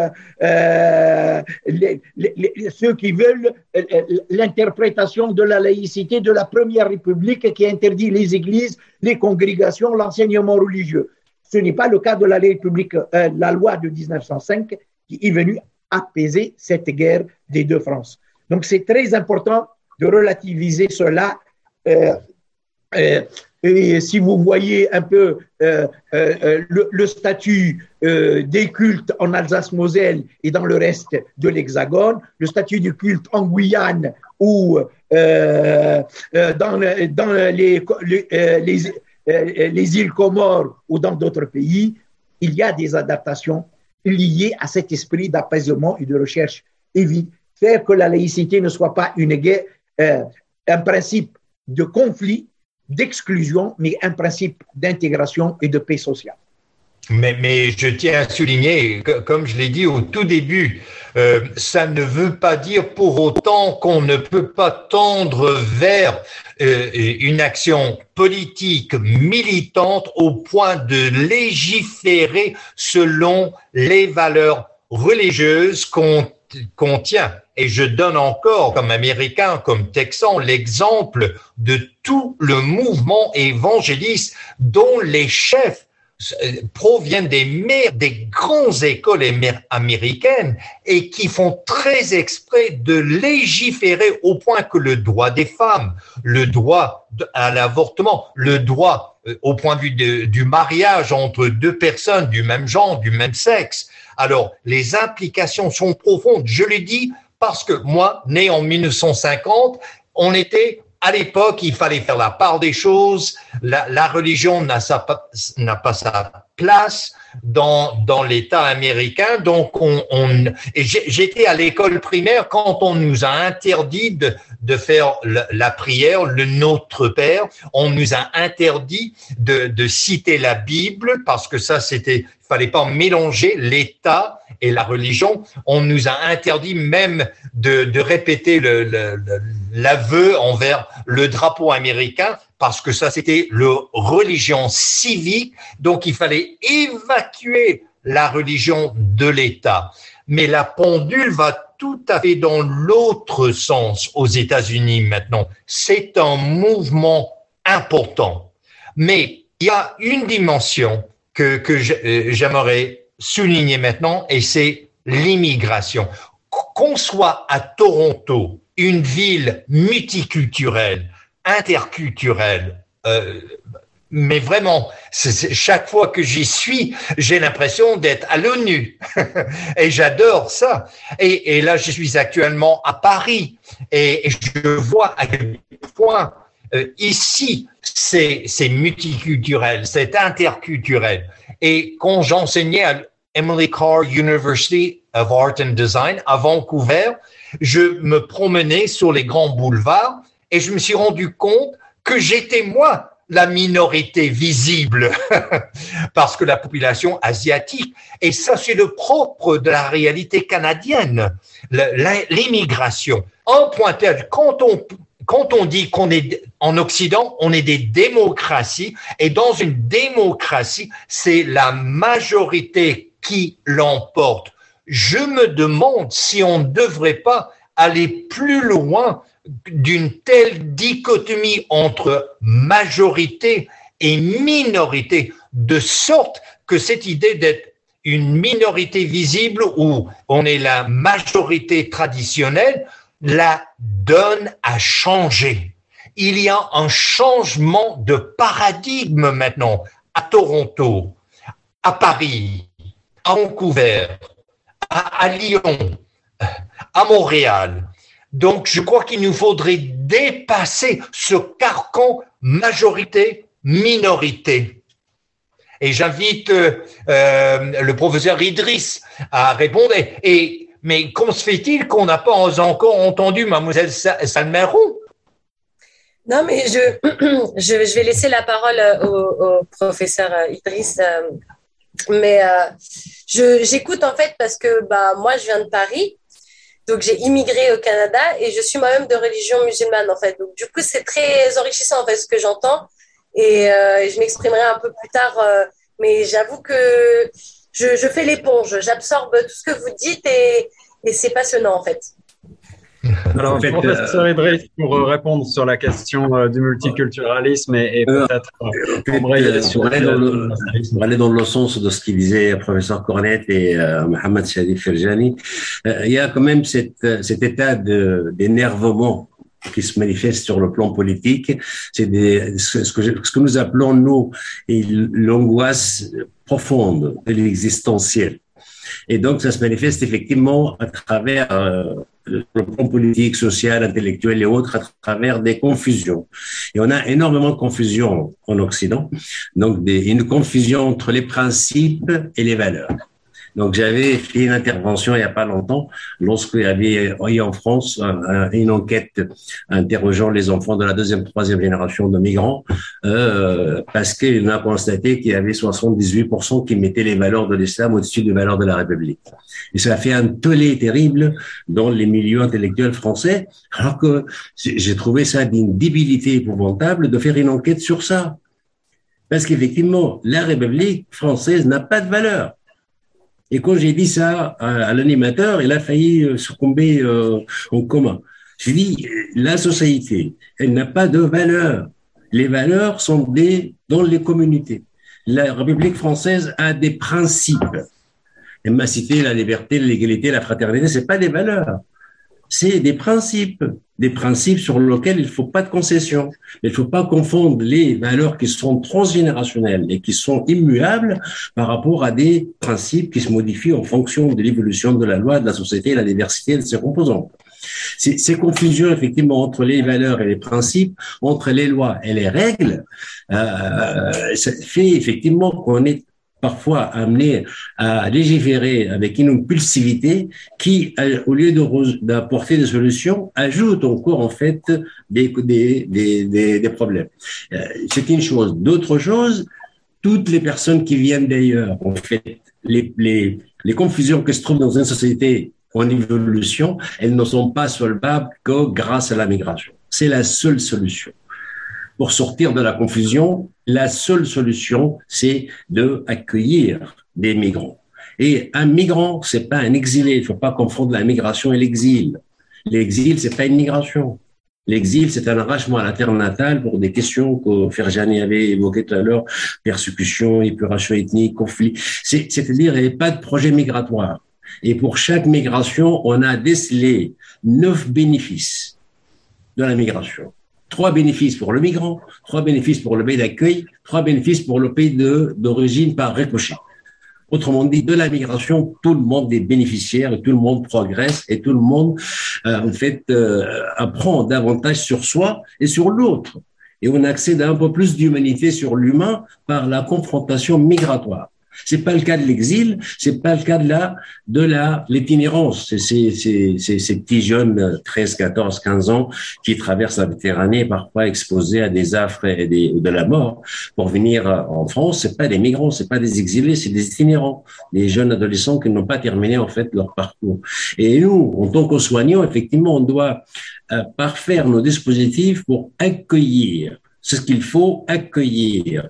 ceux qui veulent l'interprétation de la laïcité de la Première République qui interdit les églises, les congrégations, l'enseignement religieux. Ce n'est pas le cas de la République, la loi de 1905 qui est venue apaiser cette guerre des deux France. Donc c'est très important de relativiser cela. Et si vous voyez un peu le statut des cultes en Alsace-Moselle et dans le reste de l'Hexagone, le statut du culte en Guyane ou dans les îles Comores ou dans d'autres pays, il y a des adaptations liées à cet esprit d'apaisement et de recherche. Faire que la laïcité ne soit pas une guerre, un principe de conflit, d'exclusion, mais un principe d'intégration et de paix sociale.
Mais je tiens à souligner, comme je l'ai dit au tout début, ça ne veut pas dire pour autant qu'on ne peut pas tendre vers une action politique militante au point de légiférer selon les valeurs religieuses qu'on tient. Et je donne encore, comme Américain, comme Texan, l'exemple de tout le mouvement évangéliste dont les chefs proviennent des grandes écoles américaines et qui font très exprès de légiférer au point que le droit des femmes, le droit à l'avortement, le droit au point de vue du mariage entre deux personnes du même genre, du même sexe. Alors, les implications sont profondes. Je l'ai dit parce que moi, né en 1950, on était... À l'époque, il fallait faire la part des choses. La religion n'a pas sa place dans l'État américain. Donc, j'étais à l'école primaire quand on nous a interdit de faire la prière, le Notre Père. On nous a interdit de citer la Bible parce que ça, il fallait pas mélanger l'État et la religion. On nous a interdit même de répéter l'aveu envers le drapeau américain parce que ça, c'était la religion civique. Donc, il fallait évacuer la religion de l'État. Mais la pendule va tout à fait dans l'autre sens aux États-Unis maintenant. C'est un mouvement important. Mais il y a une dimension que j'aimerais souligner maintenant, et c'est l'immigration. Qu'on soit à Toronto, une ville multiculturelle, interculturelle, mais vraiment, chaque fois que j'y suis, j'ai l'impression d'être à l'ONU. Et j'adore ça. Et là, je suis actuellement à Paris, et je vois à quel point ici, c'est multiculturel, c'est interculturel. Et quand j'enseignais à Emily Carr University of Art and Design à Vancouver, je me promenais sur les grands boulevards et je me suis rendu compte que j'étais moi la minorité visible parce que la population asiatique, et ça c'est le propre de la réalité canadienne, l'immigration. En point tel, quand on dit qu'on est en Occident, on est des démocraties, et dans une démocratie, c'est la majorité qui l'emporte. Je me demande si on ne devrait pas aller plus loin d'une telle dichotomie entre majorité et minorité, de sorte que cette idée d'être une minorité visible où on est la majorité traditionnelle, la donne a changé. Il y a un changement de paradigme maintenant à Toronto, à Paris, à Vancouver, à Lyon, à Montréal. Donc, je crois qu'il nous faudrait dépasser ce carcan majorité-minorité. Et j'invite le professeur Idriss à répondre. Mais comment se fait-il qu'on n'a pas encore entendu Mademoiselle Salmerou?
Non, mais je vais laisser la parole au professeur Idriss. Mais j'écoute en fait parce que moi, je viens de Paris. Donc, j'ai immigré au Canada et je suis moi-même de religion musulmane, en fait. Donc, du coup, c'est très enrichissant, en fait, ce que j'entends. Et je m'exprimerai un peu plus tard mais j'avoue que je fais l'éponge, j'absorbe tout ce que vous dites et c'est passionnant en fait.
Alors, professeur Idriss, pour répondre sur la question du multiculturalisme et peut-être
pour aller dans le sens de ce qu'il disait professeur Cornette et Mohamed Sharif Ferjani, il y a quand même cet état d'énervement qui se manifeste sur le plan politique. C'est ce que nous appelons, nous, l'angoisse profonde de l'existentiel. Et donc, ça se manifeste effectivement à travers le plan politique, social, intellectuel et autres, à travers des confusions. Et on a énormément de confusion en Occident. Donc, une confusion entre les principes et les valeurs. Donc, j'avais fait une intervention il n'y a pas longtemps lorsqu'il y avait en France une enquête interrogeant les enfants de la deuxième, troisième génération de migrants, parce qu'on a constaté qu'il y avait 78% qui mettaient les valeurs de l'islam au-dessus des valeurs de la République. Et ça a fait un tollé terrible dans les milieux intellectuels français, alors que j'ai trouvé ça d'une débilité épouvantable de faire une enquête sur ça. Parce qu'effectivement, la République française n'a pas de valeur. Et quand j'ai dit ça à l'animateur, il a failli succomber en coma. J'ai dit, la société, elle n'a pas de valeur. Les valeurs sont dans les communautés. La République française a des principes. Elle m'a cité la liberté, l'égalité, la fraternité, c'est pas des valeurs. C'est des principes sur lesquels il ne faut pas de concession. Il ne faut pas confondre les valeurs qui sont transgénérationnelles et qui sont immuables par rapport à des principes qui se modifient en fonction de l'évolution de la loi, de la société et la diversité de ses composantes. Ces confusions, effectivement, entre les valeurs et les principes, entre les lois et les règles, ça fait effectivement qu'on est parfois amené à légiférer avec une impulsivité qui, au lieu d'apporter des solutions, ajoute encore en fait des problèmes. C'est une chose. D'autre chose, toutes les personnes qui viennent d'ailleurs, en fait, les confusions qui se trouvent dans une société en évolution, elles ne sont pas solvables que grâce à la migration. C'est la seule solution. Pour sortir de la confusion, la seule solution, c'est d'accueillir des migrants. Et un migrant, c'est pas un exilé. Il ne faut pas confondre la migration et l'exil. L'exil, c'est pas une migration. L'exil, c'est un arrachement à la terre natale pour des questions que Ferjani avait évoquées tout à l'heure, persécution, épuration ethnique, conflit. C'est-à-dire, il n'y a pas de projet migratoire. Et pour chaque migration, on a décelé 9 bénéfices de la migration. 3 bénéfices pour le migrant, 3 bénéfices pour le pays d'accueil, 3 bénéfices pour le pays d'origine par ricochet. Autrement dit, de la migration, tout le monde est bénéficiaire et tout le monde progresse et tout le monde, en fait, apprend davantage sur soi et sur l'autre. Et on accède à un peu plus d'humanité sur l'humain par la confrontation migratoire. C'est pas le cas de l'exil, c'est pas le cas de l'itinérance. C'est ces petits jeunes 13, 14, 15 ans qui traversent la Méditerranée, parfois exposés à des affres et de la mort pour venir en France. C'est pas des migrants, c'est pas des exilés, c'est des itinérants, des jeunes adolescents qui n'ont pas terminé en fait leur parcours. Et nous, en tant que soignants, effectivement, on doit parfaire nos dispositifs pour accueillir. C'est ce qu'il faut accueillir.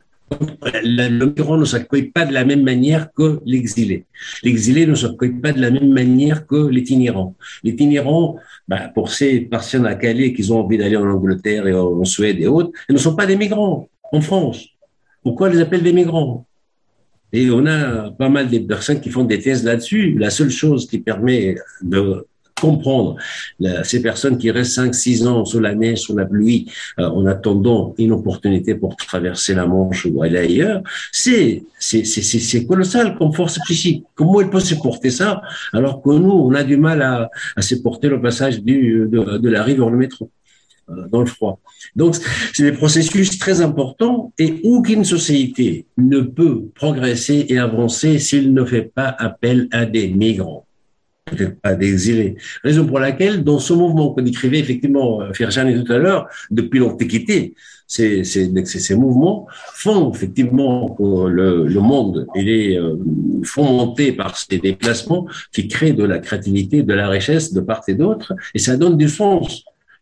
Le migrant ne s'accueille pas de la même manière que l'exilé. L'exilé ne s'accueille pas de la même manière que l'itinérant. L'itinérant, pour ces personnes à Calais qui ont envie d'aller en Angleterre et en Suède et autres, ils ne sont pas des migrants en France. Pourquoi on les appelle des migrants? Et on a pas mal de personnes qui font des thèses là-dessus. La seule chose qui permet de comprendre ces personnes qui restent 5-6 ans sous la neige, sous la pluie, en attendant une opportunité pour traverser la Manche ou aller ailleurs, c'est colossal comme force psychique. Comment elle peut supporter ça alors que nous, on a du mal à supporter le passage de la rive vers le métro dans le froid. Donc, c'est des processus très importants et aucune société ne peut progresser et avancer s'il ne fait pas appel à des migrants. Peut-être pas d'exilés. Raison pour laquelle, dans ce mouvement que décrivait effectivement Ferjani tout à l'heure, depuis l'Antiquité, ces mouvements font effectivement que le monde il est fomenté par ces déplacements qui créent de la créativité, de la richesse de part et d'autre, et ça donne du sens.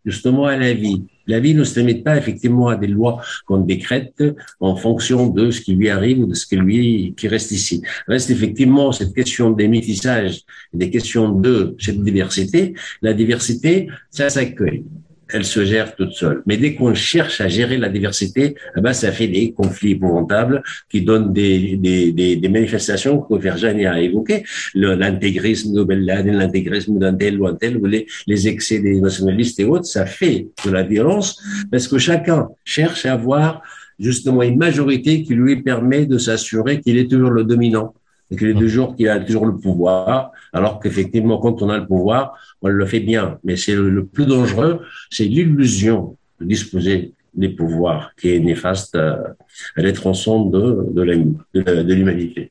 justement à la vie. La vie ne se limite pas effectivement à des lois qu'on décrète en fonction de ce qui lui arrive ou de ce qui reste ici. Reste effectivement cette question des métissages, des questions de cette diversité. La diversité, ça s'accueille. Elle se gère toute seule. Mais dès qu'on cherche à gérer la diversité, ça fait des conflits épouvantables qui donnent des manifestations que Ferjani a évoquées. L'intégrisme de Ben Laden, l'intégrisme d'un tel ou un tel, ou les excès des nationalistes et autres, ça fait de la violence parce que chacun cherche à avoir justement une majorité qui lui permet de s'assurer qu'il est toujours le dominant. Et qu'il a toujours le pouvoir, alors qu'effectivement, quand on a le pouvoir, on le fait bien. Mais c'est le plus dangereux, c'est l'illusion de disposer des pouvoirs qui est néfaste à l'être ensemble de l'humanité.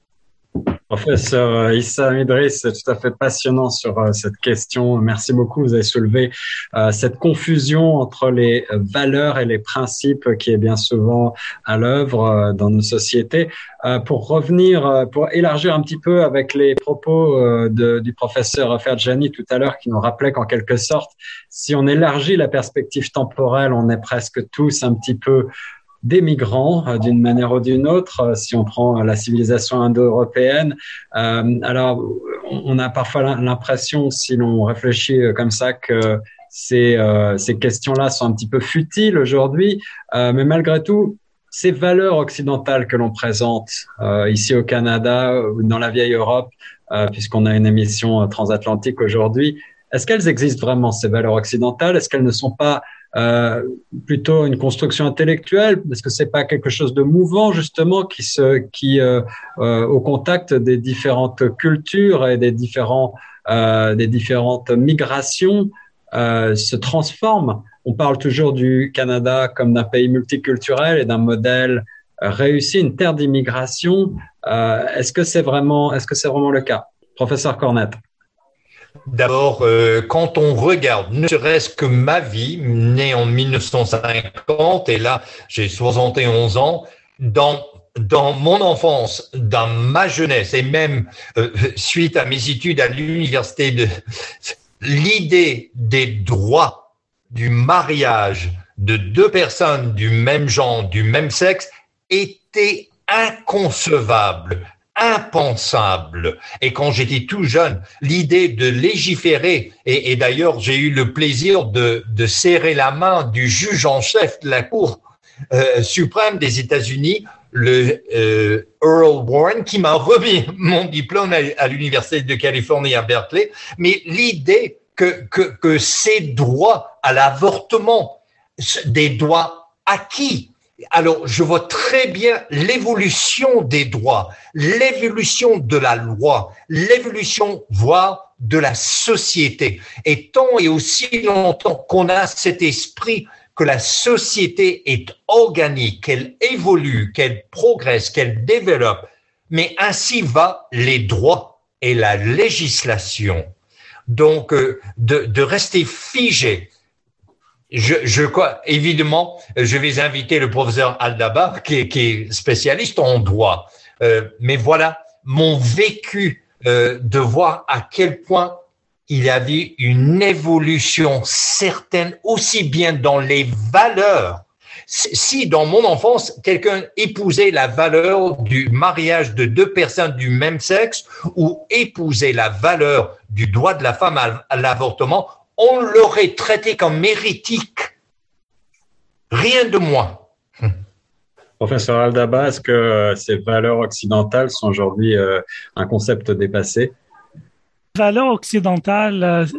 Professeur Issam Idriss, c'est tout à fait passionnant sur cette question. Merci beaucoup. Vous avez soulevé cette confusion entre les valeurs et les principes qui est bien souvent à l'œuvre dans nos sociétés. Pour revenir, pour élargir un petit peu avec les propos du professeur Ferjani tout à l'heure, qui nous rappelait qu'en quelque sorte, si on élargit la perspective temporelle, on est presque tous un petit peu des migrants d'une manière ou d'une autre, si on prend la civilisation indo-européenne. Alors, on a parfois l'impression, si l'on réfléchit comme ça, que ces questions-là sont un petit peu futiles aujourd'hui, mais malgré tout, ces valeurs occidentales que l'on présente ici au Canada ou dans la vieille Europe, puisqu'on a une émission transatlantique aujourd'hui, est-ce qu'elles existent vraiment, ces valeurs occidentales? Est-ce qu'elles ne sont pas plutôt une construction intellectuelle? Est-ce que c'est pas quelque chose de mouvant justement qui au contact des différentes cultures et des différentes migrations se transforme? On parle toujours du Canada comme d'un pays multiculturel et d'un modèle réussi, une terre d'immigration. Est-ce que c'est vraiment le cas, professeur Cornette?
D'abord, quand on regarde, ne serait-ce que ma vie, née en 1950, et là, j'ai 71 ans, dans mon enfance, dans ma jeunesse, et même suite à mes études à l'université, l'idée des droits du mariage de deux personnes du même genre, du même sexe, était inconcevable, impensable. Et quand j'étais tout jeune, l'idée de légiférer, et d'ailleurs j'ai eu le plaisir de serrer la main du juge en chef de la Cour suprême des États-Unis, le Earl Warren, qui m'a remis mon diplôme à l'Université de Californie à Berkeley, mais l'idée que ces droits à l'avortement, des droits acquis. Alors, je vois très bien l'évolution des droits, l'évolution de la loi, l'évolution, voire de la société. Et tant et aussi longtemps qu'on a cet esprit que la société est organique, qu'elle évolue, qu'elle progresse, qu'elle développe, mais ainsi va les droits et la législation. Donc, de rester figé. Je crois, évidemment, je vais inviter le professeur Al-Dabba, qui est spécialiste en droit. Mais voilà, mon vécu de voir à quel point il y avait une évolution certaine, aussi bien dans les valeurs. Si dans mon enfance, quelqu'un épousait la valeur du mariage de deux personnes du même sexe ou épousait la valeur du droit de la femme à l'avortement, on l'aurait traité comme hérétique. Rien de moins.
Professeur Al-Dabba, est-ce que ces valeurs occidentales sont aujourd'hui un concept dépassé?
Valeurs occidentales,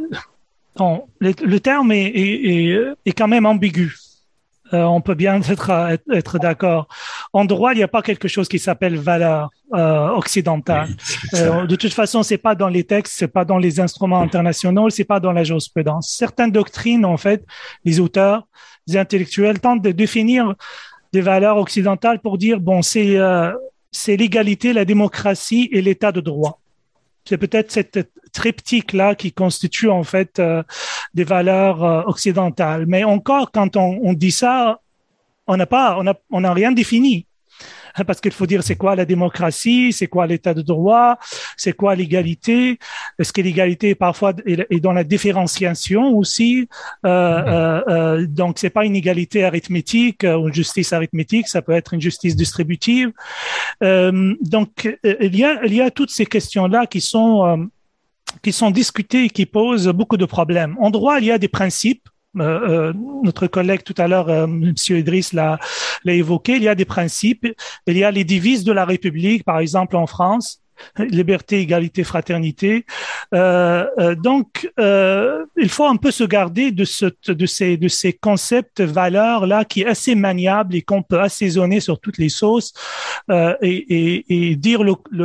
le terme est quand même ambigu. On peut bien être d'accord. En droit, il n'y a pas quelque chose qui s'appelle valeur occidentale. De toute façon, c'est pas dans les textes, c'est pas dans les instruments internationaux, c'est pas dans la jurisprudence. Certaines doctrines, en fait, les auteurs, les intellectuels tentent de définir des valeurs occidentales pour dire bon, c'est l'égalité, la démocratie et l'état de droit. C'est peut-être cette triptyque-là qui constitue en fait des valeurs occidentales. Mais encore, quand on dit ça, on n'a rien défini. Parce qu'il faut dire c'est quoi la démocratie, c'est quoi l'état de droit, c'est quoi l'égalité. Est-ce que l'égalité parfois est dans la différenciation aussi? Donc c'est pas une égalité arithmétique ou une justice arithmétique, ça peut être une justice distributive. Donc il y a toutes ces questions-là qui sont discutées et qui posent beaucoup de problèmes. En droit, il y a des principes. Notre collègue tout à l'heure, Monsieur Idriss l'a évoqué, il y a des principes, il y a les devises de la République, par exemple en France, liberté, égalité, fraternité. Donc, il faut un peu se garder de ces concepts, valeurs-là qui est assez maniable et qu'on peut assaisonner sur toutes les sauces et dire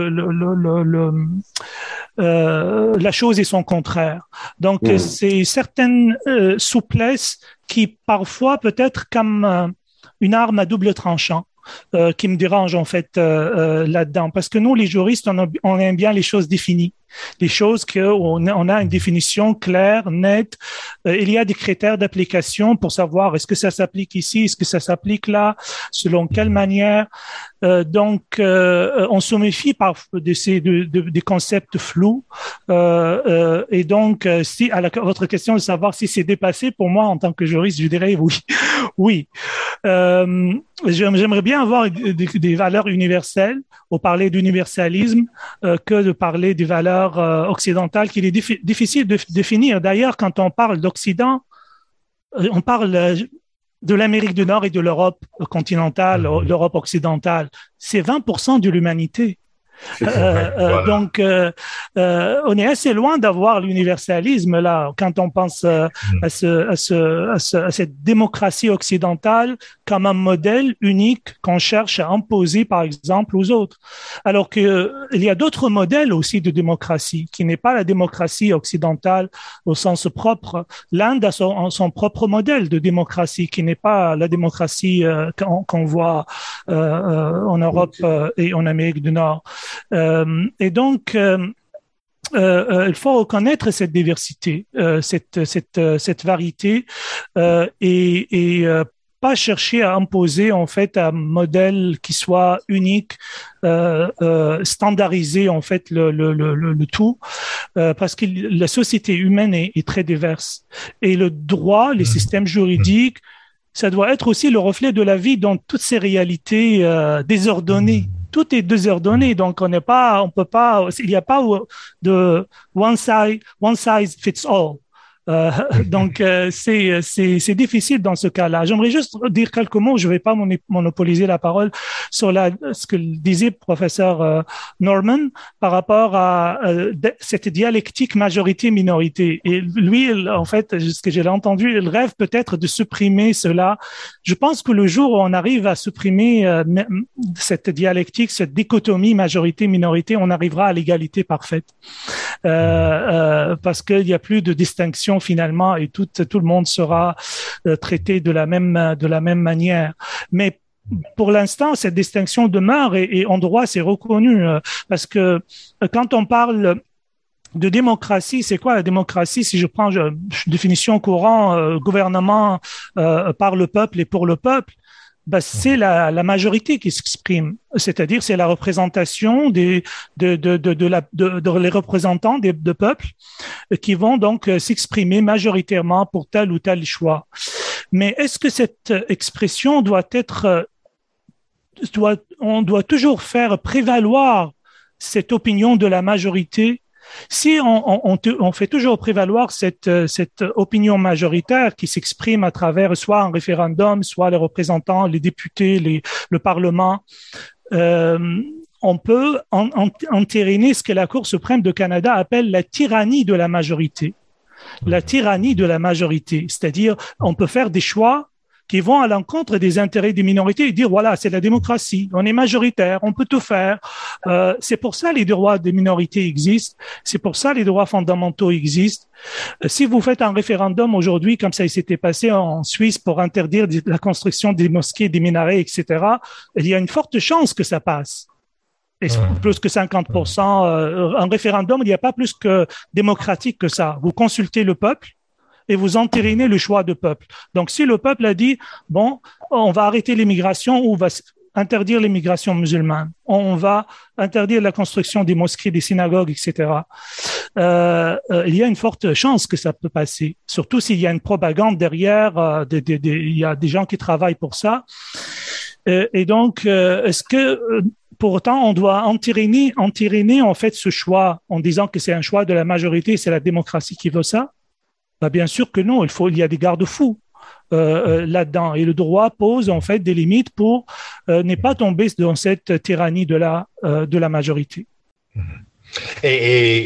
la chose et son contraire. Donc, c'est certaines souplesses qui parfois peut être comme une arme à double tranchant. Qui me dérange en fait là-dedans, parce que nous les juristes on aime bien les choses définies, les choses on a une définition claire, nette. Il y a des critères d'application pour savoir est-ce que ça s'applique ici, est-ce que ça s'applique là, selon quelle manière. Donc on se méfie parfois des concepts flous et donc si à votre question de savoir si c'est dépassé, pour moi en tant que juriste je dirais oui. J'aimerais bien avoir des valeurs universelles, au parler d'universalisme, que de parler des valeurs occidentales qu'il est difficile de définir. D'ailleurs, quand on parle d'Occident, on parle de l'Amérique du Nord et de l'Europe continentale, l'Europe occidentale. C'est 20% de l'humanité. Voilà. Donc, on est assez loin d'avoir l'universalisme là quand on pense à cette démocratie occidentale comme un modèle unique qu'on cherche à imposer, par exemple, aux autres. Alors que il y a d'autres modèles aussi de démocratie qui n'est pas la démocratie occidentale au sens propre. L'Inde a son propre modèle de démocratie qui n'est pas la démocratie qu'on voit en Europe et en Amérique du Nord. Et donc, il faut reconnaître cette diversité, cette variété, et pas chercher à imposer en fait un modèle qui soit unique, standardiser en fait le tout, parce que la société humaine est très diverse et le droit, les systèmes juridiques, ça doit être aussi le reflet de la vie dans toutes ces réalités désordonnées. Tout est désordonné, donc on peut pas, il n'y a pas de one size fits all. Donc c'est difficile dans ce cas-là. J'aimerais juste dire quelques mots. Je ne vais pas monopoliser la parole sur ce que disait professeur Norman par rapport à cette dialectique majorité-minorité. Et lui, en fait, ce que j'ai entendu, il rêve peut-être de supprimer cela. Je pense que le jour où on arrive à supprimer cette dialectique, cette dichotomie majorité-minorité, on arrivera à l'égalité parfaite, parce qu'il n'y a plus de distinction finalement et tout le monde sera traité de la même manière. Mais pour l'instant, cette distinction demeure et en droit, c'est reconnu parce que quand on parle de démocratie, c'est quoi la démocratie? Si je prends définition courante, gouvernement par le peuple et pour le peuple, c'est la majorité qui s'exprime, c'est-à-dire c'est la représentation les représentants de peuples qui vont donc s'exprimer majoritairement pour tel ou tel choix. Mais est-ce que cette expression on doit toujours faire prévaloir cette opinion de la majorité? Si on fait toujours prévaloir cette opinion majoritaire qui s'exprime à travers soit un référendum, soit les représentants, les députés, le Parlement, on peut entériner ce que la Cour suprême de Canada appelle la tyrannie de la majorité. La tyrannie de la majorité, c'est-à-dire on peut faire des choix qui vont à l'encontre des intérêts des minorités et dire voilà, c'est la démocratie, on est majoritaire, on peut tout faire. C'est pour ça les droits des minorités existent, c'est pour ça les droits fondamentaux existent. Si vous faites un référendum aujourd'hui, comme ça s'était passé en Suisse pour interdire la construction des mosquées, des minarets, etc., il y a une forte chance que ça passe. Et plus que 50%. Un référendum, il n'y a pas plus que démocratique que ça. Vous consultez le peuple et vous entérinez le choix du peuple. Donc, si le peuple a dit, bon, on va arrêter l'immigration ou interdire l'immigration musulmane, on va interdire la construction des mosquées, des synagogues, etc. Il y a une forte chance que ça peut passer, surtout s'il y a une propagande derrière, il y a des gens qui travaillent pour ça. Et donc, est-ce que pour autant on doit entériner en fait ce choix en disant que c'est un choix de la majorité, c'est la démocratie qui veut ça? Ben, bien sûr que non, il y a des garde-fous là-dedans, et le droit pose en fait des limites pour ne pas tomber dans cette tyrannie de la majorité.
Et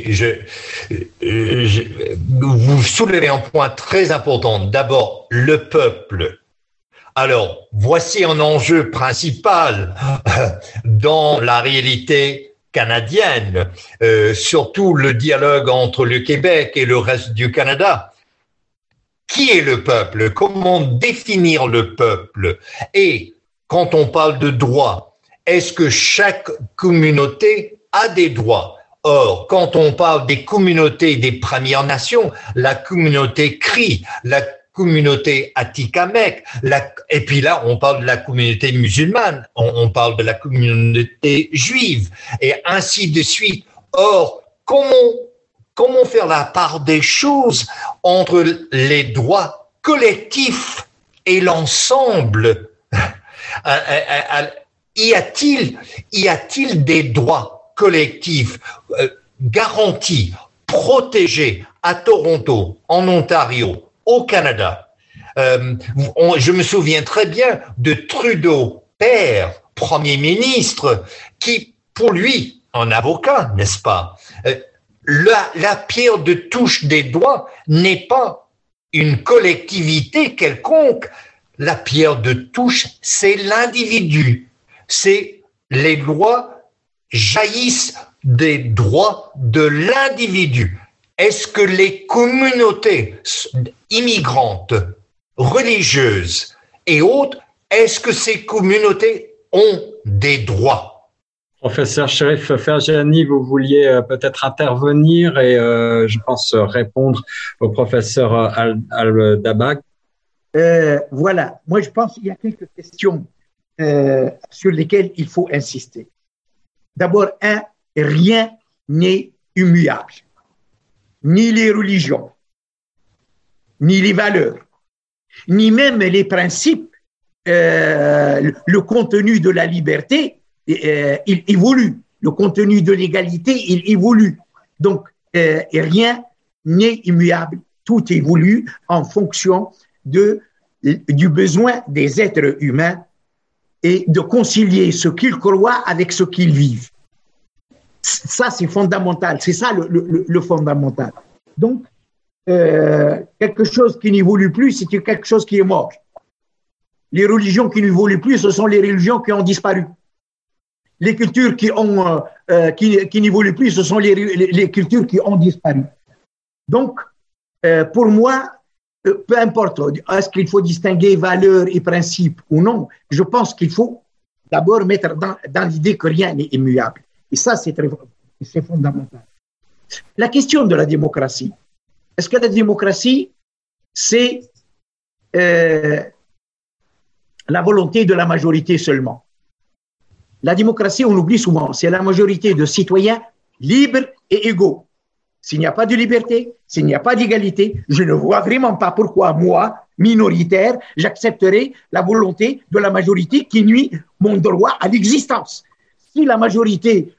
vous soulevez un point très important. D'abord, le peuple. Alors, voici un enjeu principal dans la réalité canadienne, surtout le dialogue entre le Québec et le reste du Canada. Qui est le peuple? Comment définir le peuple? Et quand on parle de droits, est-ce que chaque communauté a des droits? Or, quand on parle des communautés des Premières Nations, la communauté Cri, la communauté Atikamekw, et puis là, on parle de la communauté musulmane, on parle de la communauté juive, et ainsi de suite. Or, comment faire la part des choses entre les droits collectifs et l'ensemble? Y a-t-il des droits collectifs garantis, protégés à Toronto, en Ontario, au Canada? Je me souviens très bien de Trudeau, père, Premier ministre, qui, pour lui, un avocat, n'est-ce pas, la pierre de touche des droits n'est pas une collectivité quelconque. La pierre de touche, c'est l'individu. C'est les lois jaillissent des droits de l'individu. Est-ce que les communautés immigrantes, religieuses et autres, est-ce que ces communautés ont des droits?
Professeur Cherif Ferjani, vous vouliez peut-être intervenir et je pense répondre au professeur Al-Dabbagh.
Voilà, moi je pense qu'il y a quelques questions sur lesquelles il faut insister. D'abord, rien n'est immuable. Ni les religions, ni les valeurs, ni même les principes, le contenu de la liberté, il évolue. Le contenu de l'égalité, il évolue. Donc, rien n'est immuable. Tout évolue en fonction du besoin des êtres humains et de concilier ce qu'ils croient avec ce qu'ils vivent. Ça, c'est fondamental. C'est ça le fondamental. Donc, quelque chose qui n'évolue plus, c'est quelque chose qui est mort. Les religions qui n'évoluent plus, ce sont les religions qui ont disparu. Les cultures qui n'évoluent plus, ce sont les cultures qui ont disparu. Donc, pour moi, peu importe, est-ce qu'il faut distinguer valeurs et principes ou non, je pense qu'il faut d'abord mettre dans l'idée que rien n'est immuable. Et ça, c'est fondamental. La question de la démocratie. Est-ce que la démocratie, c'est la volonté de la majorité seulement? La démocratie, on l'oublie souvent, c'est la majorité de citoyens libres et égaux. S'il n'y a pas de liberté, s'il n'y a pas d'égalité, je ne vois vraiment pas pourquoi moi, minoritaire, j'accepterai la volonté de la majorité qui nuit mon droit à l'existence. Si la majorité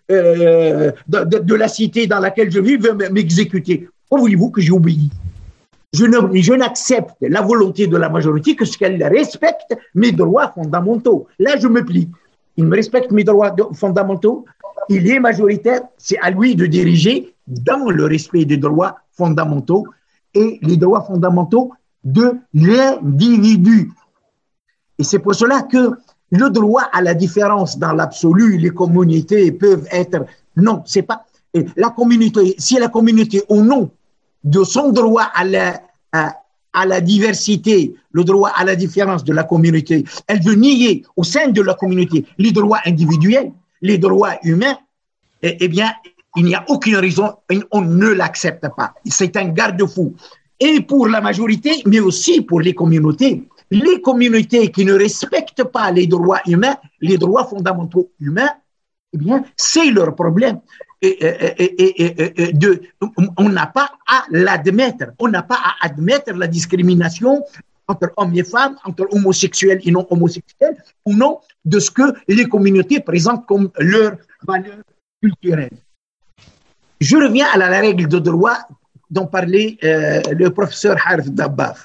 de la cité dans laquelle je vis veut m'exécuter, comment voulez-vous que j'obéis? Je n'accepte la volonté de la majorité que ce qu'elle respecte mes droits fondamentaux. Là, je me plie. Il me respecte mes droits fondamentaux. Il est majoritaire. C'est à lui de diriger dans le respect des droits fondamentaux et les droits fondamentaux de l'individu. Et c'est pour cela que le droit à la différence dans l'absolu, les communautés peuvent être... Non, c'est pas... La communauté, si la communauté, au nom de son droit à la diversité, le droit à la différence de la communauté, elle veut nier au sein de la communauté les droits individuels, les droits humains, eh bien, il n'y a aucune raison, on ne l'accepte pas. C'est un garde-fou. Et pour la majorité, mais aussi pour les communautés. les communautés qui ne respectent pas les droits humains, les droits fondamentaux humains, eh bien, c'est leur problème. On n'a pas à l'admettre. On n'a pas à admettre la discrimination entre hommes et femmes, entre homosexuels et non homosexuels, ou non, de ce que les communautés présentent comme leur valeur culturelle. Je reviens à la règle de droit dont parlait le professeur Harf Dabbagh.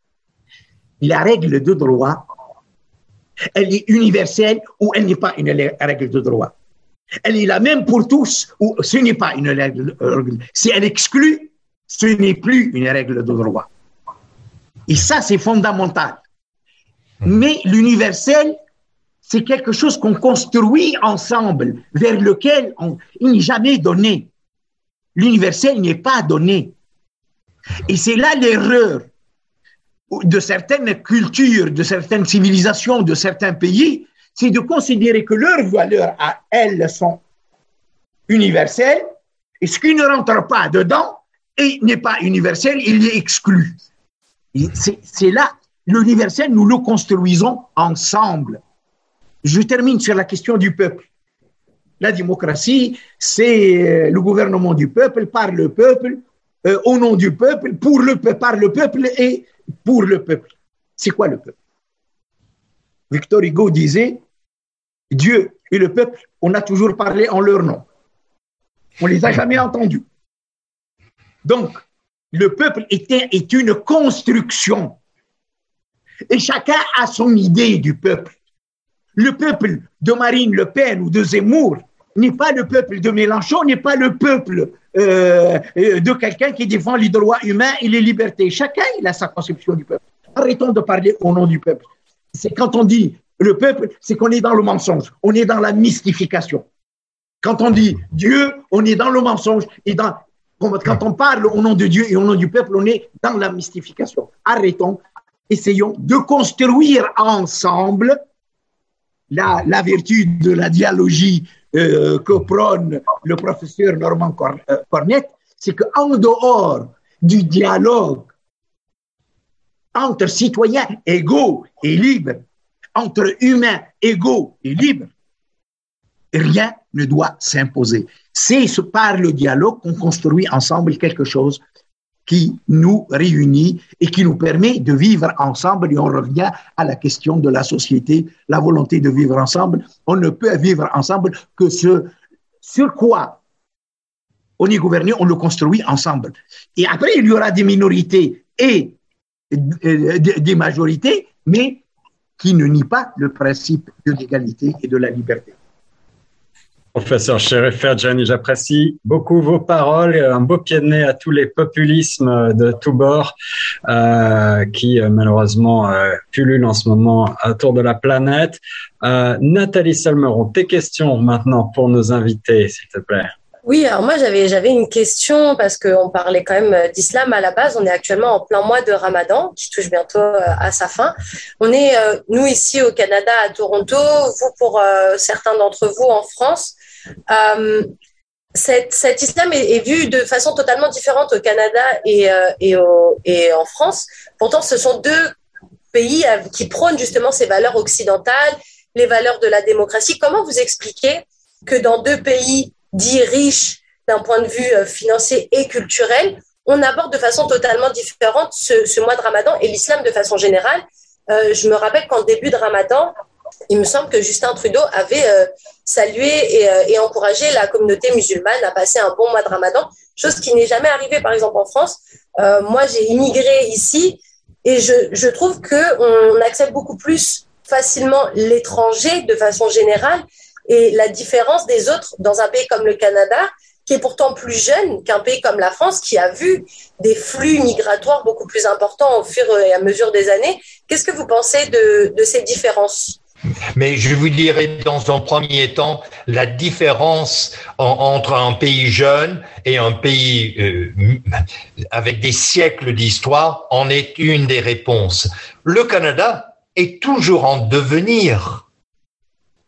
La règle de droit, elle est universelle ou elle n'est pas une règle de droit. Elle est la même pour tous ou ce n'est pas une règle. Si elle exclut, ce n'est plus une règle de droit. Et ça, c'est fondamental. Mais l'universel, c'est quelque chose qu'on construit ensemble, vers lequel il n'est jamais donné. L'universel n'est pas donné. Et c'est là l'erreur de certaines cultures, de certaines civilisations, de certains pays, c'est de considérer que leurs valeurs à elles sont universelles, et ce qui ne rentre pas dedans et n'est pas universel, il est exclu. C'est là, l'universel, nous le construisons ensemble. Je termine sur la question du peuple. La démocratie, c'est le gouvernement du peuple, par le peuple, au nom du peuple, pour le peuple, par le peuple et pour le peuple. C'est quoi le peuple? Victor Hugo disait, Dieu et le peuple, on a toujours parlé en leur nom. On ne les a jamais entendus. Donc, le peuple est une construction. Et chacun a son idée du peuple. Le peuple de Marine Le Pen ou de Zemmour n'est pas le peuple de Mélenchon, n'est pas le peuple de quelqu'un qui défend les droits humains et les libertés. Chacun il a sa conception du peuple. Arrêtons de parler au nom du peuple. C'est quand on dit le peuple, c'est qu'on est dans le mensonge, on est dans la mystification. Quand on dit Dieu, on est dans le mensonge et quand on parle au nom de Dieu et au nom du peuple, on est dans la mystification. Arrêtons, essayons de construire ensemble la vertu de la dialogie que prône le professeur Normand Cornette, c'est qu'en dehors du dialogue entre citoyens égaux et libres, entre humains égaux et libres, rien ne doit s'imposer. C'est par le dialogue qu'on construit ensemble quelque chose qui nous réunit et qui nous permet de vivre ensemble. Et on revient à la question de la société, la volonté de vivre ensemble. On ne peut vivre ensemble que sur quoi on est gouverné, on le construit ensemble. Et après, il y aura des minorités et des majorités, mais qui ne nient pas le principe de l'égalité et de la liberté.
Professeur Cherif Ferjani, j'apprécie beaucoup vos paroles. Un beau pied de nez à tous les populismes de tous bords qui malheureusement pullulent en ce moment autour de la planète. Nathalie Salmeron, tes questions maintenant pour nos invités, s'il te plaît.
Oui, alors moi j'avais une question parce qu'on parlait quand même d'islam à la base. On est actuellement en plein mois de Ramadan qui touche bientôt à sa fin. On est, nous ici au Canada, à Toronto, vous pour certains d'entre vous en France. Cet islam est vu de façon totalement différente au Canada et en France. Pourtant, ce sont deux pays qui prônent justement ces valeurs occidentales, les valeurs de la démocratie. Comment vous expliquez que dans deux pays dits riches d'un point de vue financier et culturel, on aborde de façon totalement différente ce mois de Ramadan et l'islam de façon générale? Je me rappelle qu'en début de Ramadan, il me semble que Justin Trudeau avait salué et encouragé la communauté musulmane à passer un bon mois de Ramadan, chose qui n'est jamais arrivée par exemple en France. Moi, j'ai immigré ici et je trouve qu'on accepte beaucoup plus facilement l'étranger de façon générale et la différence des autres dans un pays comme le Canada, qui est pourtant plus jeune qu'un pays comme la France, qui a vu des flux migratoires beaucoup plus importants au fur et à mesure des années. Qu'est-ce que vous pensez de ces différences ?
Mais je vous dirais dans un premier temps, la différence entre un pays jeune et un pays avec des siècles d'histoire en est une des réponses. Le Canada est toujours en devenir.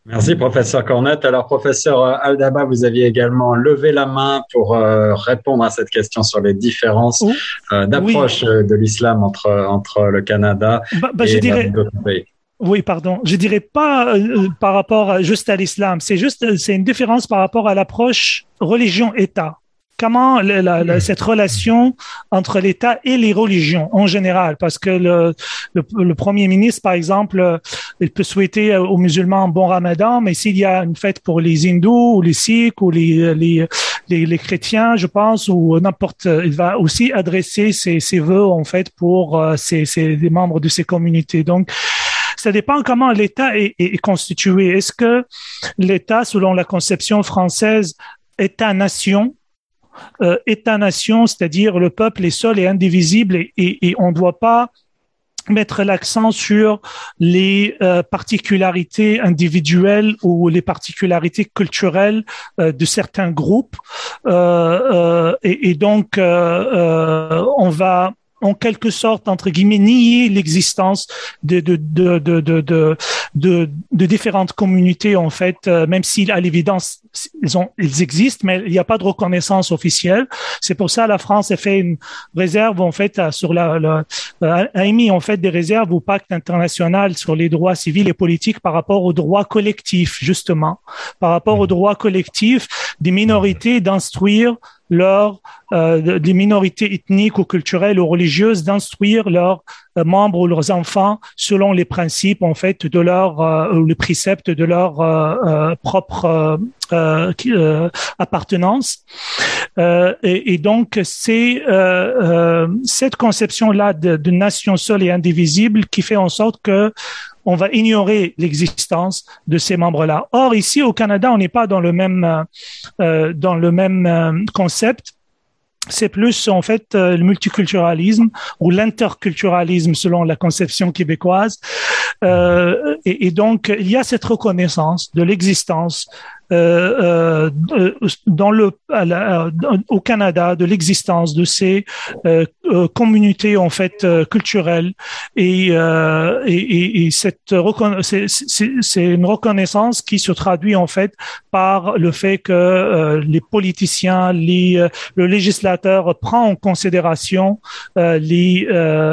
Merci, professeur Cornette. Alors, professeur Aldaba, vous aviez également levé la main pour répondre à cette question sur les différences d'approche de l'islam entre le Canada et d'autres pays.
Oui, pardon. Je dirais pas par rapport juste à l'islam. C'est une différence par rapport à l'approche religion-État. Comment cette relation entre l'État et les religions en général, parce que le Premier ministre, par exemple, il peut souhaiter aux musulmans un bon Ramadan, mais s'il y a une fête pour les hindous ou les sikhs ou les chrétiens, je pense, ou n'importe, il va aussi adresser ses vœux en fait pour les membres de ces communautés. Donc, ça dépend comment l'État est constitué. Est-ce que l'État, selon la conception française, État-nation, État-nation, c'est-à-dire le peuple est seul et indivisible et on ne doit pas mettre l'accent sur les particularités individuelles ou les particularités culturelles de certains groupes. Et donc, on va en quelque sorte, entre guillemets, nier l'existence de différentes communautés, en fait, même si à l'évidence, ils existent, mais il n'y a pas de reconnaissance officielle. C'est pour ça que la France a fait une réserve, en fait, a émis, en fait, des réserves au pacte international sur les droits civils et politiques par rapport aux droits collectifs, justement. Par rapport aux droits collectifs des minorités d'instruire des minorités ethniques ou culturelles ou religieuses d'instruire leurs membres ou leurs enfants selon les principes en fait de les préceptes de leur propre appartenance. Et donc c'est cette conception-là de nation seule et indivisible qui fait en sorte que on va ignorer l'existence de ces membres-là. Or, ici, au Canada, on n'est pas dans le même concept. C'est plus, en fait, le multiculturalisme ou l'interculturalisme selon la conception québécoise. Et donc, il y a cette reconnaissance de l'existence au Canada de l'existence de ces communautés en fait culturelles et c'est une reconnaissance qui se traduit en fait par le fait que les politiciens, le législateur prend en considération ces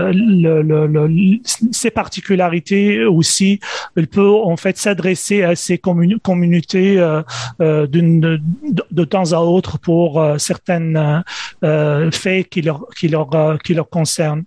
particularités aussi. Il peut en fait s'adresser à ces communautés de temps à autre pour certaines faits qui leur concernent.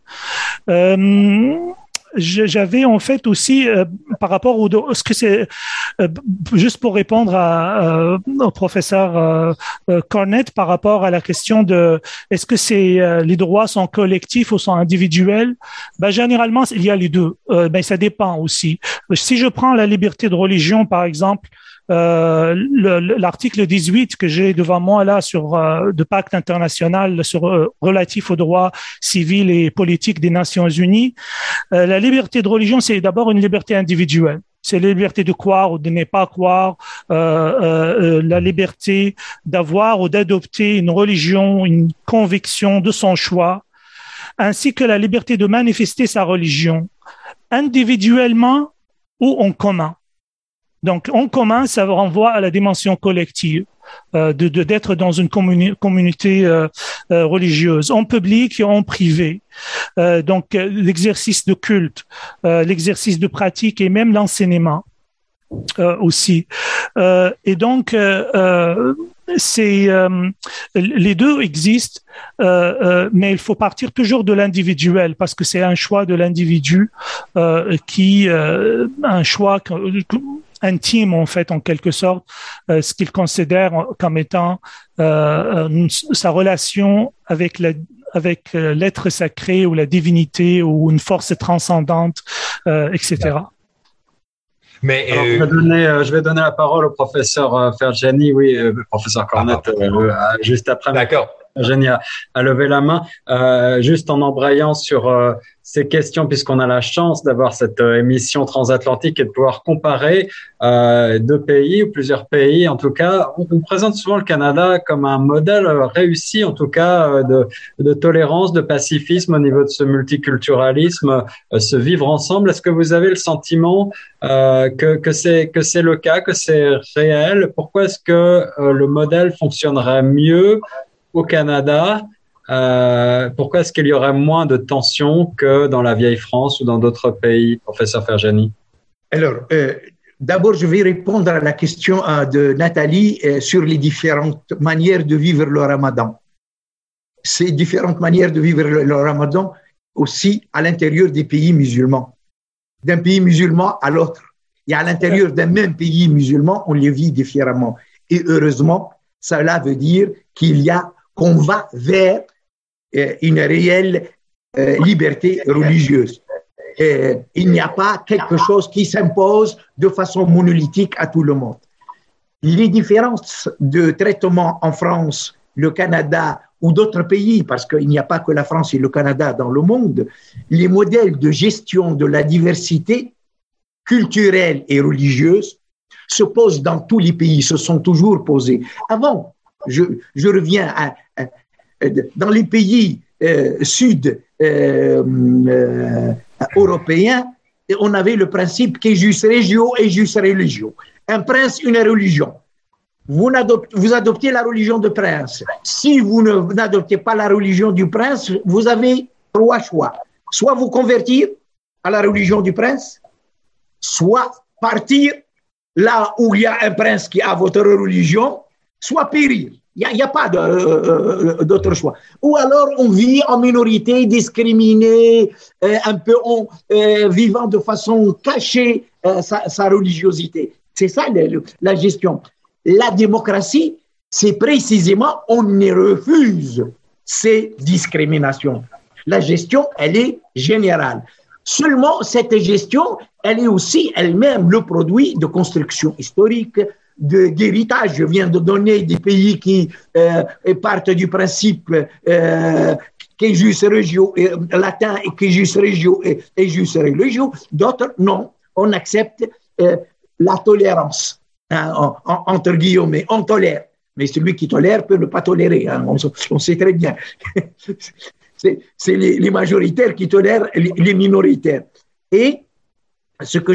J'avais en fait aussi par rapport ce que c'est juste pour répondre au professeur Cornette par rapport à la question de est-ce que les droits sont collectifs ou sont individuels. Généralement il y a les deux. Ça dépend aussi. Si je prends la liberté de religion par exemple, l'article 18 que j'ai devant moi là de pacte international relatif aux droits civils et politiques des Nations Unies, la liberté de religion, c'est d'abord une liberté individuelle. C'est la liberté de croire ou de ne pas croire, la liberté d'avoir ou d'adopter une religion, une conviction de son choix, ainsi que la liberté de manifester sa religion individuellement ou en commun. Donc, en commun, ça renvoie à la dimension collective, d'être dans une communauté religieuse, en public et en privé. Donc, l'exercice de culte, l'exercice de pratique et même l'enseignement aussi. Et donc, les deux existent, mais il faut partir toujours de l'individuel parce que c'est un choix de l'individu un choix intime en fait en quelque sorte, ce qu'il considère comme étant sa relation avec l'être sacré ou la divinité ou une force transcendante, etc.
Mais
je vais donner la parole au professeur Ferjani, oui, professeur Cornette, juste après.
D'accord.
Virginie a levé la main. Juste en embrayant sur ces questions, puisqu'on a la chance d'avoir cette émission transatlantique et de pouvoir comparer deux pays ou plusieurs pays. En tout cas, on présente souvent le Canada comme un modèle réussi, en tout cas, de tolérance, de pacifisme au niveau de ce multiculturalisme, ce vivre ensemble. Est-ce que vous avez le sentiment que c'est le cas, que c'est réel? Pourquoi est-ce que le modèle fonctionnerait mieux au Canada? Pourquoi est-ce qu'il y aurait moins de tensions que dans la vieille France ou dans d'autres pays, professeur Ferjani?
Alors, d'abord, je vais répondre à la question de Nathalie sur les différentes manières de vivre le Ramadan. Ces différentes manières de vivre le Ramadan aussi à l'intérieur des pays musulmans. D'un pays musulman à l'autre. Et à l'intérieur d'un même pays musulman, on les vit différemment. Et heureusement, cela veut dire qu'on va vers une réelle liberté religieuse. Il n'y a pas quelque chose qui s'impose de façon monolithique à tout le monde. Les différences de traitement en France, le Canada ou d'autres pays, parce qu'il n'y a pas que la France et le Canada dans le monde, les modèles de gestion de la diversité culturelle et religieuse se posent dans tous les pays, se sont toujours posés. Avant, je reviens dans les pays européens, on avait le principe que jus regio et jus religio. Un prince, une religion. Vous adoptez la religion de prince. Si vous n'adoptez pas la religion du prince, vous avez 3 choix. Soit vous convertir à la religion du prince, soit partir là où il y a un prince qui a votre religion, soit périr. Il n'y a pas d'autre choix. Ou alors on vit en minorité, discriminé, un peu vivant de façon cachée sa religiosité. C'est ça la gestion. La démocratie, c'est précisément on refuse ces discriminations. La gestion, elle est générale. Seulement, cette gestion, elle est aussi elle-même le produit de construction historique, d'héritage. Je viens de donner des pays qui partent du principe que jus regio latin et que jus regio et jus religio. D'autres, non. On accepte la tolérance. Entre guillemets, on tolère. Mais celui qui tolère peut ne pas tolérer. Hein. On sait très bien. C'est les majoritaires qui tolèrent les minoritaires. Et ce que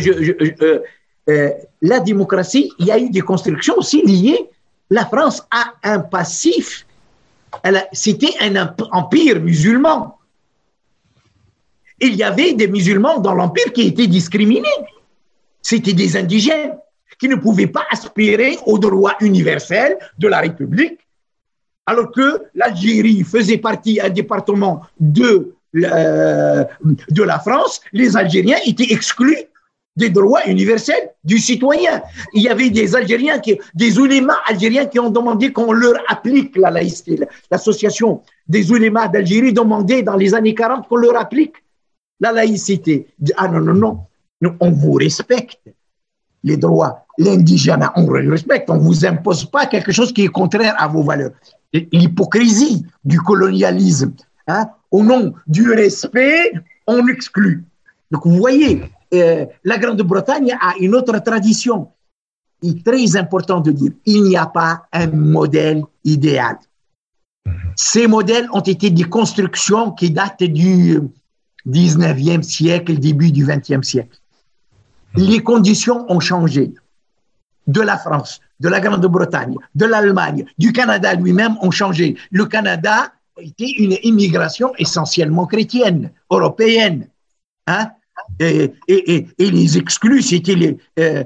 la démocratie, il y a eu des constructions aussi liées. La France a un passif. C'était un empire musulman. Il y avait des musulmans dans l'empire qui étaient discriminés. C'était des indigènes qui ne pouvaient pas aspirer aux droits universels de la République, alors que l'Algérie faisait partie d'un département de la France. Les Algériens étaient exclus des droits universels du citoyen. Il y avait des Algériens, des oulémas algériens qui ont demandé qu'on leur applique la laïcité. L'association des oulémas d'Algérie demandait dans les années 40 qu'on leur applique la laïcité. Ah non, on vous respecte. Les droits, l'indigène, on le respecte, on ne vous impose pas quelque chose qui est contraire à vos valeurs. L'hypocrisie du colonialisme, hein, au nom du respect, on exclut. Donc vous voyez, la Grande-Bretagne a une autre tradition. Il est très important de dire, il n'y a pas un modèle idéal. Ces modèles ont été des constructions qui datent du 19e siècle, début du 20e siècle. Les conditions ont changé. De la France, de la Grande-Bretagne, de l'Allemagne, du Canada lui-même ont changé. Le Canada était une immigration essentiellement chrétienne, européenne. Hein? Et les exclus, c'était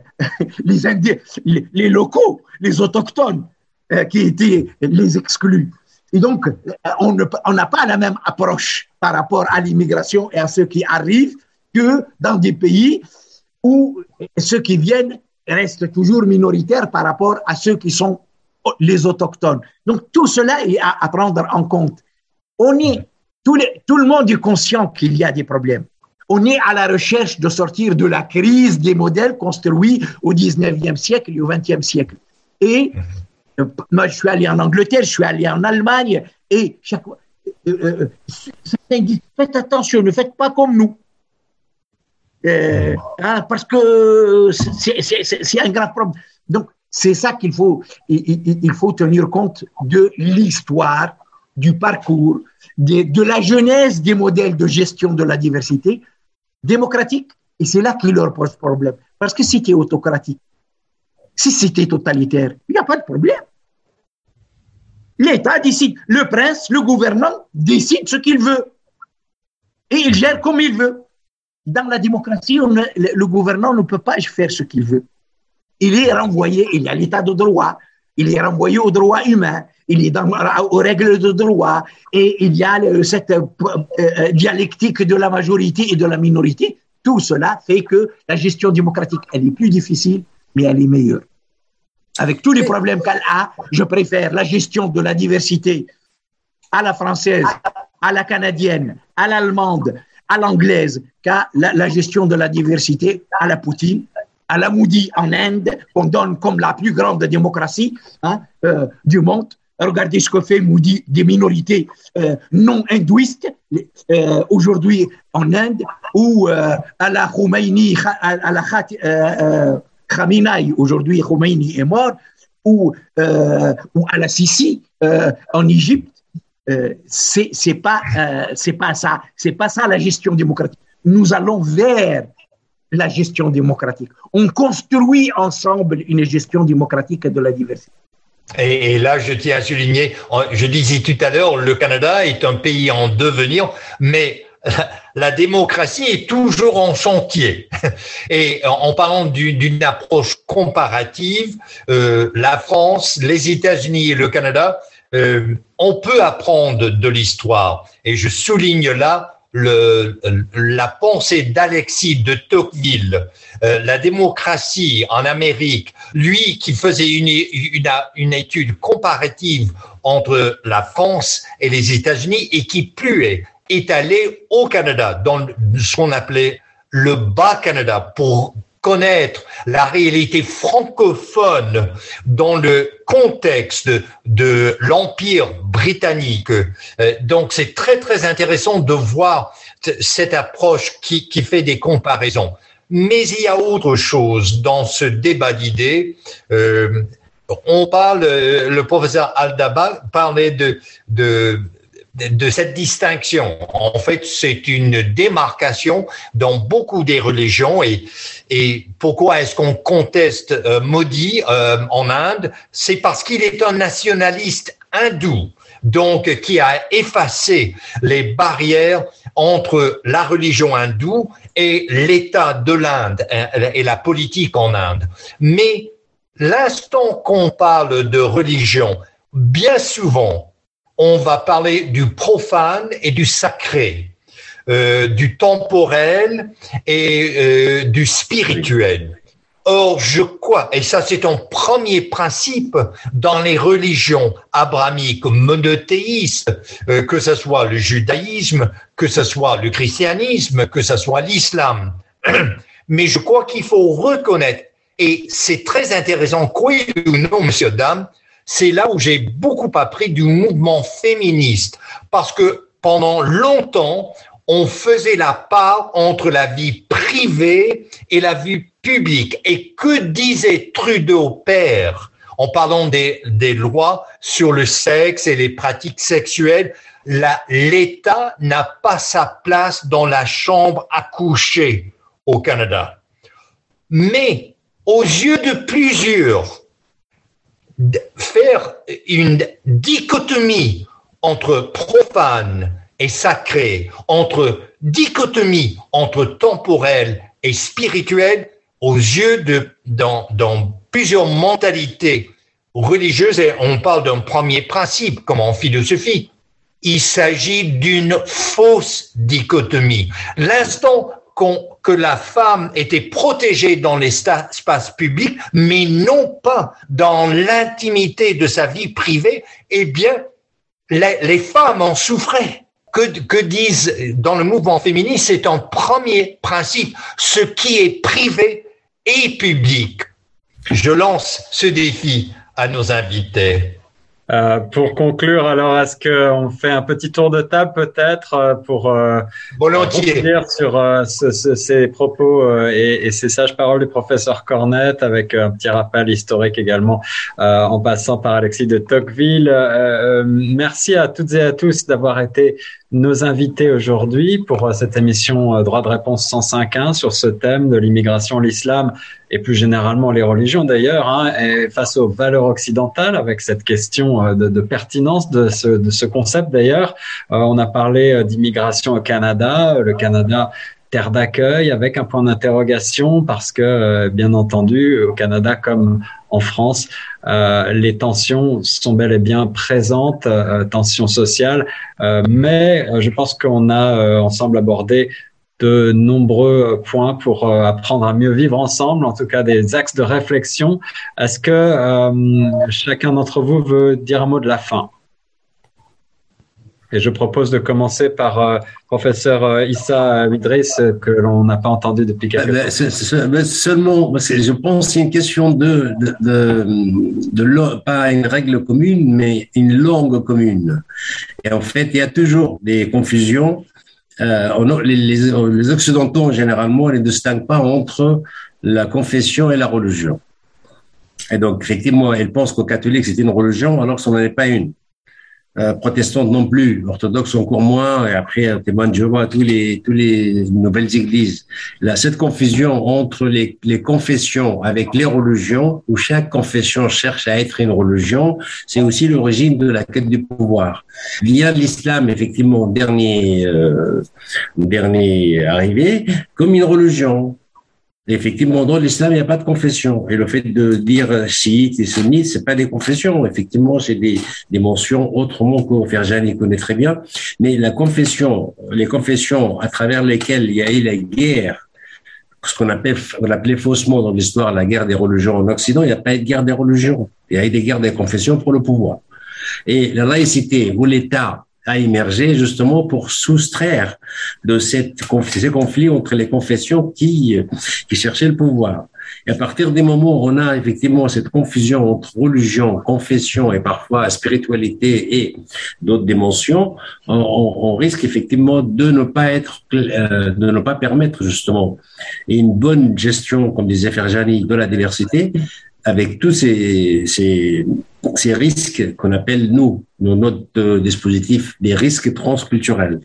les locaux, les autochtones qui étaient les exclus. Et donc, on n'a pas la même approche par rapport à l'immigration et à ceux qui arrivent que dans des pays où ceux qui viennent restent toujours minoritaires par rapport à ceux qui sont les autochtones. Donc, tout cela est à prendre en compte. Tout le monde est conscient qu'il y a des problèmes. On est à la recherche de sortir de la crise des modèles construits au 19e siècle et au 20e siècle. Et moi, je suis allé en Angleterre, je suis allé en Allemagne, Et chaque fois, certains disent, faites attention, ne faites pas comme nous. Parce que c'est un grave problème. Donc, c'est ça qu'il faut, il faut tenir compte de l'histoire, du parcours, de la genèse des modèles de gestion de la diversité démocratique. Et c'est là qu'il leur pose problème. Parce que si c'était autocratique, si c'était totalitaire, il n'y a pas de problème. L'État décide, le prince, le gouvernant décide ce qu'il veut. Et il gère comme il veut. Dans la démocratie, le gouvernant ne peut pas faire ce qu'il veut. Il est renvoyé, il y a l'état de droit, il est renvoyé aux droits humains, il est aux règles de droit, et il y a cette dialectique de la majorité et de la minorité. Tout cela fait que la gestion démocratique, elle est plus difficile, mais elle est meilleure. Avec tous les problèmes qu'elle a, je préfère la gestion de la diversité à la française, à la canadienne, à l'allemande, à l'anglaise, qu'à la gestion de la diversité à la Poutine, à la Modi en Inde, qu'on donne comme la plus grande démocratie du monde. Regardez ce que fait Modi des minorités non hindouistes aujourd'hui en Inde, ou à la Khomeini, à la Khamenei, aujourd'hui Khomeini est mort, ou à la Sisi en Égypte. C'est pas ça la gestion démocratique. Nous allons vers la gestion démocratique. On construit ensemble une gestion démocratique de la diversité.
Et là, je tiens à souligner, je disais tout à l'heure, le Canada est un pays en devenir, mais la démocratie est toujours en chantier. Et en parlant d'une approche comparative, la France, les États-Unis et le Canada, on peut apprendre de l'histoire. Et je souligne là la pensée d'Alexis de Tocqueville, la démocratie en Amérique, lui qui faisait une étude comparative entre la France et les États-Unis et qui plus est allé au Canada, dans ce qu'on appelait le Bas-Canada, pour connaître la réalité francophone dans le contexte de l'Empire britannique. Donc, c'est très, très intéressant de voir cette approche qui fait des comparaisons. Mais il y a autre chose dans ce débat d'idées. On parle, le professeur Aldaba parlait de cette distinction. En fait, c'est une démarcation dans beaucoup des religions et pourquoi est-ce qu'on conteste Modi en Inde? C'est parce qu'il est un nationaliste hindou, donc qui a effacé les barrières entre la religion hindoue et l'État de l'Inde et la politique en Inde. Mais l'instant qu'on parle de religion, bien souvent, on va parler du profane et du sacré, du temporel et du spirituel. Or, je crois, et ça c'est un premier principe dans les religions abrahamiques monothéistes, que ce soit le judaïsme, que ce soit le christianisme, que ce soit l'islam. Mais je crois qu'il faut reconnaître, et c'est très intéressant, oui ou non, monsieur, dame, c'est là où j'ai beaucoup appris du mouvement féministe, parce que pendant longtemps, on faisait la part entre la vie privée et la vie publique. Et que disait Trudeau père en parlant des lois sur le sexe et les pratiques sexuelles? L'État n'a pas sa place dans la chambre à coucher au Canada. Mais aux yeux de plusieurs, faire une dichotomie entre profane et sacré, dichotomie entre temporel et spirituel, aux yeux dans plusieurs mentalités religieuses, et on parle d'un premier principe, comme en philosophie, il s'agit d'une fausse dichotomie. L'instant que la femme était protégée dans l'espace public, mais non pas dans l'intimité de sa vie privée, eh bien, les femmes en souffraient. Que disent dans le mouvement féministe, c'est un premier principe. Ce qui est privé est public. Je lance ce défi à nos invités.
Pour conclure, alors, est-ce qu'on fait un petit tour de table peut-être pour revenir sur ces propos et ces sages paroles du professeur Cornette, avec un petit rappel historique également, en passant par Alexis de Tocqueville. Merci à toutes et à tous d'avoir été nos invités aujourd'hui pour cette émission Droit de réponse 105.1 sur ce thème de l'immigration, l'islam et plus généralement les religions d'ailleurs, et face aux valeurs occidentales, avec cette question de pertinence de ce concept d'ailleurs. On a parlé d'immigration au Canada, le Canada terre d'accueil, avec un point d'interrogation parce que, bien entendu, au Canada comme en France, les tensions sont bel et bien présentes, tensions sociales, mais je pense qu'on a ensemble abordé de nombreux points pour apprendre à mieux vivre ensemble, en tout cas des axes de réflexion. Est-ce que chacun d'entre vous veut dire un mot de la fin? Et je propose de commencer par professeur Issa Idriss, que l'on n'a pas entendu depuis quelques temps.
Seulement, je pense que c'est une question de pas une règle commune, mais une langue commune. Et en fait, il y a toujours des confusions. Les Occidentaux, généralement, ne distinguent pas entre la confession et la religion. Et donc, effectivement, ils pensent qu'aux catholiques, c'est une religion, alors que ce n'en est pas une. Protestantes non plus, orthodoxes encore moins, et après témoins de Jéhovah, tous les nouvelles églises. Là, cette confusion entre les confessions avec les religions, où chaque confession cherche à être une religion, c'est aussi l'origine de la quête du pouvoir. Via l'islam, effectivement, dernier arrivé, comme une religion. Effectivement, dans l'islam, il n'y a pas de confession. Et le fait de dire chiite et sunnite, c'est pas des confessions. Effectivement, c'est des mentions autrement que Ferjani connaît très bien. Mais les confessions à travers lesquelles il y a eu la guerre, ce qu'on appelait faussement dans l'histoire la guerre des religions en Occident, il n'y a pas eu de guerre des religions. Il y a eu des guerres des confessions pour le pouvoir. Et la laïcité, où l'État a émergé justement pour soustraire de ces conflits entre les confessions qui cherchaient le pouvoir. Et à partir des moments où on a effectivement cette confusion entre religion, confession et parfois spiritualité et d'autres dimensions, on risque effectivement de ne pas permettre justement une bonne gestion, comme disait Ferjani, de la diversité, avec tous ces risques qu'on appelle, nous, dans notre dispositif, des risques transculturels.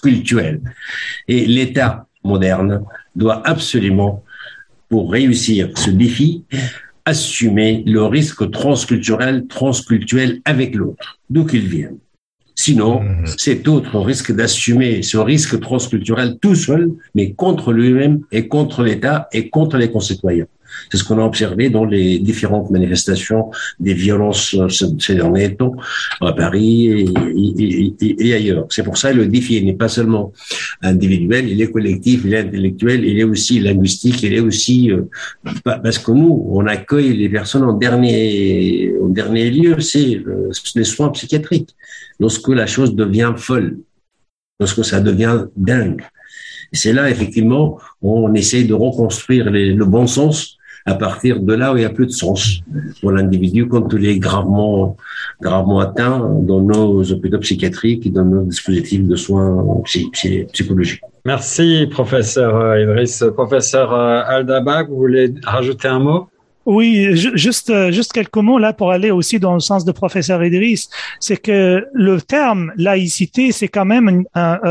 Et l'État moderne doit absolument, pour réussir ce défi, assumer le risque transculturel avec l'autre, d'où qu'il vienne. Sinon, cet autre risque d'assumer ce risque transculturel tout seul, mais contre lui-même et contre l'État et contre les concitoyens. C'est ce qu'on a observé dans les différentes manifestations des violences ces derniers temps à Paris et ailleurs. C'est pour ça que le défi n'est pas seulement individuel, il est collectif, il est intellectuel, il est aussi linguistique, il est aussi parce que nous, on accueille les personnes en dernier lieu, c'est les soins psychiatriques. Lorsque la chose devient folle, lorsque ça devient dingue. Et c'est là, effectivement, on essaye de reconstruire le bon sens à partir de là où il n'y a plus de sens pour l'individu quand il est gravement atteint dans nos hôpitaux psychiatriques et dans nos dispositifs de soins psychologiques.
Merci, professeur Idriss. Professeur Al-Dabbagh, vous voulez rajouter un mot?
Oui, juste quelques mots là pour aller aussi dans le sens de professeur Idriss. C'est que le terme laïcité, c'est quand même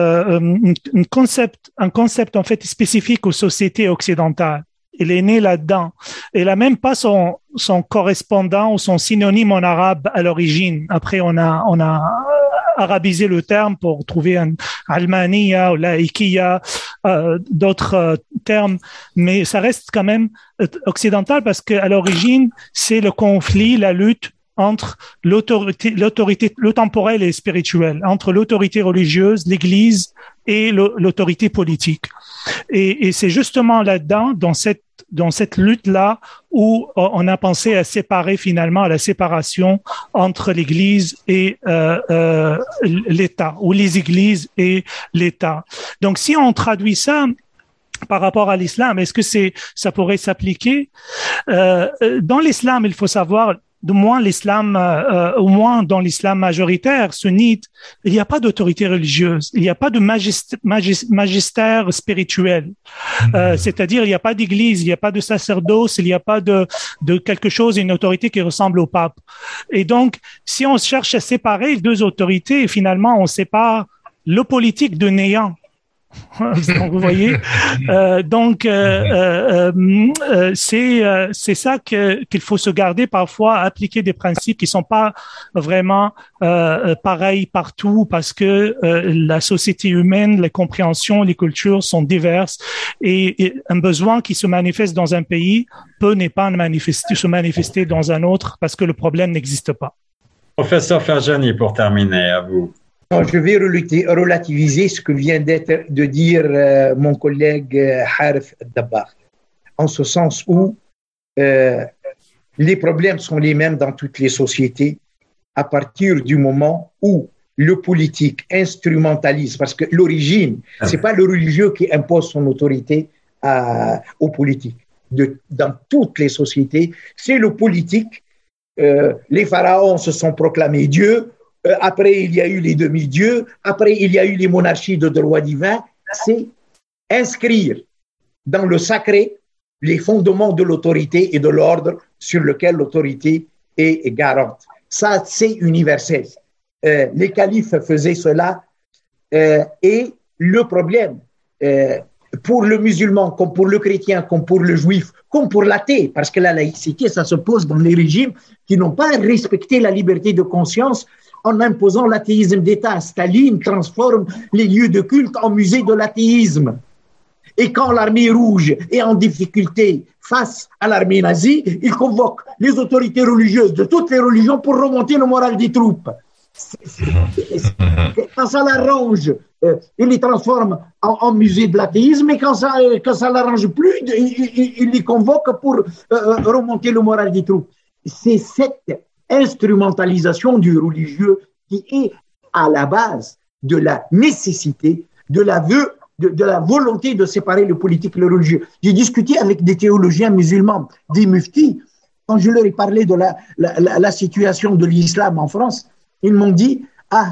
un concept en fait spécifique aux sociétés occidentales. Il est né là-dedans. Il n'a même pas son correspondant ou son synonyme en arabe à l'origine. Après, on a arabisé le terme pour trouver un almaniya ou laïkiya, d'autres termes, mais ça reste quand même occidental parce qu'à l'origine, c'est le conflit, la lutte entre l'autorité, le temporel et le spirituel, entre l'autorité religieuse, l'Église et l'autorité politique. Et c'est justement là-dedans, dans cette lutte-là, où on a pensé à séparer finalement, à la séparation entre l'Église et l'État, ou les Églises et l'État. Donc, si on traduit ça par rapport à l'islam, est-ce que ça pourrait s'appliquer? Dans l'islam, il faut savoir, au moins dans l'islam majoritaire sunnite, il n'y a pas d'autorité religieuse, il n'y a pas de magistère spirituel. C'est-à-dire, il n'y a pas d'église, il n'y a pas de sacerdoce, il n'y a pas de quelque chose, une autorité qui ressemble au pape. Et donc, si on cherche à séparer les deux autorités, finalement, on sépare le politique de néant. Donc, vous voyez, c'est ça qu'il faut se garder parfois, appliquer des principes qui sont pas vraiment pareils partout, parce que la société humaine, les compréhensions, les cultures sont diverses, et un besoin qui se manifeste dans un pays peut ne pas se manifester dans un autre, parce que le problème n'existe pas.
Professeur Ferjani, pour terminer, à vous.
Je vais relativiser ce que vient de dire mon collègue Harf Dabbar, en ce sens où les problèmes sont les mêmes dans toutes les sociétés à partir du moment où le politique instrumentalise, parce que l'origine, c'est pas le religieux qui impose son autorité aux politiques. Dans toutes les sociétés, c'est le politique. Les pharaons se sont proclamés dieux. Après, il y a eu les demi-dieux. Après, il y a eu les monarchies de droit divin. C'est inscrire dans le sacré les fondements de l'autorité et de l'ordre sur lequel l'autorité est garante. Ça, c'est universel. Les califes faisaient cela. Et le problème, pour le musulman, comme pour le chrétien, comme pour le juif, comme pour l'athée, parce que la laïcité, ça se pose dans les régimes qui n'ont pas respecté la liberté de conscience en imposant l'athéisme d'État. Staline transforme les lieux de culte en musées de l'athéisme. Et quand l'armée rouge est en difficulté face à l'armée nazie, il convoque les autorités religieuses de toutes les religions pour remonter le moral des troupes. Quand ça l'arrange, il les transforme en musée de l'athéisme, et quand ça l'arrange plus, il les convoque pour remonter le moral des troupes. C'est cette instrumentalisation du religieux qui est à la base de la nécessité, de la volonté de séparer le politique et le religieux. J'ai discuté avec des théologiens musulmans, des muftis, quand je leur ai parlé de la situation de l'islam en France. Ils m'ont dit,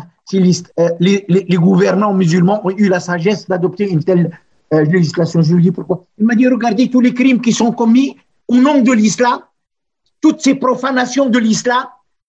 les gouvernants musulmans ont eu la sagesse d'adopter une telle législation. Je lui dis pourquoi. Il m'a dit, regardez tous les crimes qui sont commis au nom de l'islam, toutes ces profanations de l'islam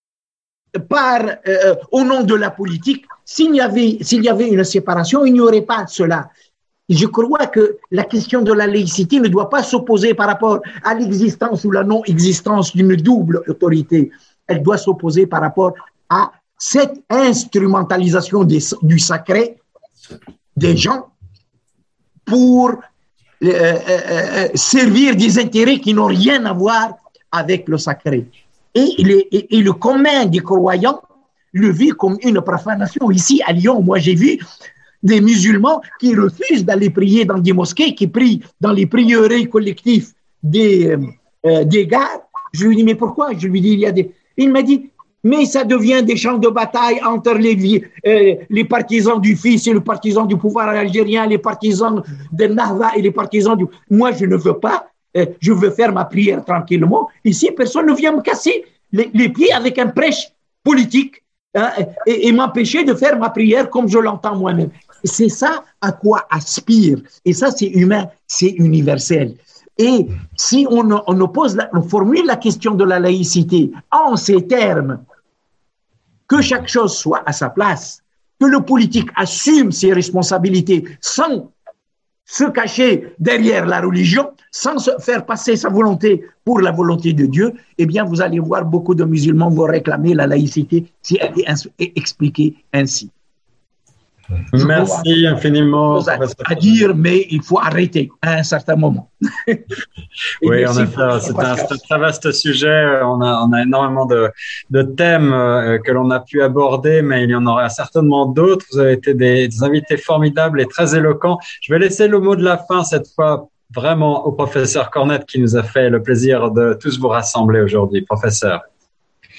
au nom de la politique. S'il y avait une séparation, il n'y aurait pas cela. Je crois que la question de la laïcité ne doit pas s'opposer par rapport à l'existence ou la non-existence d'une double autorité. Elle doit s'opposer par rapport à cette instrumentalisation du sacré des gens pour servir des intérêts qui n'ont rien à voir avec le sacré. Et le commun des croyants le vit comme une profanation. Ici, à Lyon, moi, j'ai vu des musulmans qui refusent d'aller prier dans des mosquées, qui prient dans les prieurés collectifs des gares. Je lui dis, mais pourquoi? Je lui dis, il m'a dit, mais ça devient des champs de bataille entre les partisans du fils et les partisans du pouvoir algérien, les partisans de Nahda et les partisans du... Moi, je ne veux pas. Je veux faire ma prière tranquillement. Ici, personne ne vient me casser les pieds avec un prêche politique, hein, et m'empêcher de faire ma prière comme je l'entends moi-même. C'est ça à quoi aspire. Et ça, c'est humain, c'est universel. Et si on formule la question de la laïcité en ces termes, que chaque chose soit à sa place, que le politique assume ses responsabilités sans se cacher derrière la religion, sans se faire passer sa volonté pour la volonté de Dieu, eh bien, vous allez voir beaucoup de musulmans vont réclamer la laïcité si elle est expliquée ainsi.
Merci infiniment.
À dire, mais il faut arrêter à un certain moment.
Oui, en effet, c'est un très vaste sujet. On a énormément de thèmes que l'on a pu aborder, mais il y en aura certainement d'autres. Vous avez été des invités formidables et très éloquents. Je vais laisser le mot de la fin cette fois vraiment au professeur Cornette qui nous a fait le plaisir de tous vous rassembler aujourd'hui. Professeur.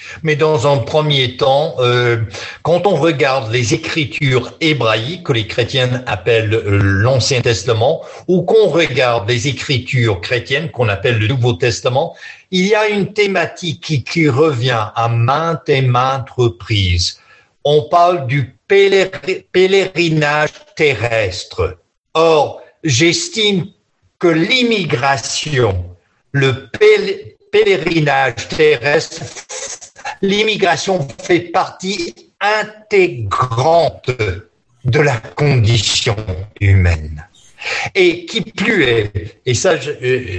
Mais dans un premier temps, quand on regarde les écritures hébraïques que les chrétiens appellent l'Ancien Testament, ou qu'on regarde les écritures chrétiennes qu'on appelle le Nouveau Testament, il y a une thématique qui revient à maintes et maintes reprises. On parle du pèlerinage terrestre. Or, j'estime que l'immigration, le pèlerinage terrestre, l'immigration fait partie intégrante de la condition humaine. Et qui plus est, et ça je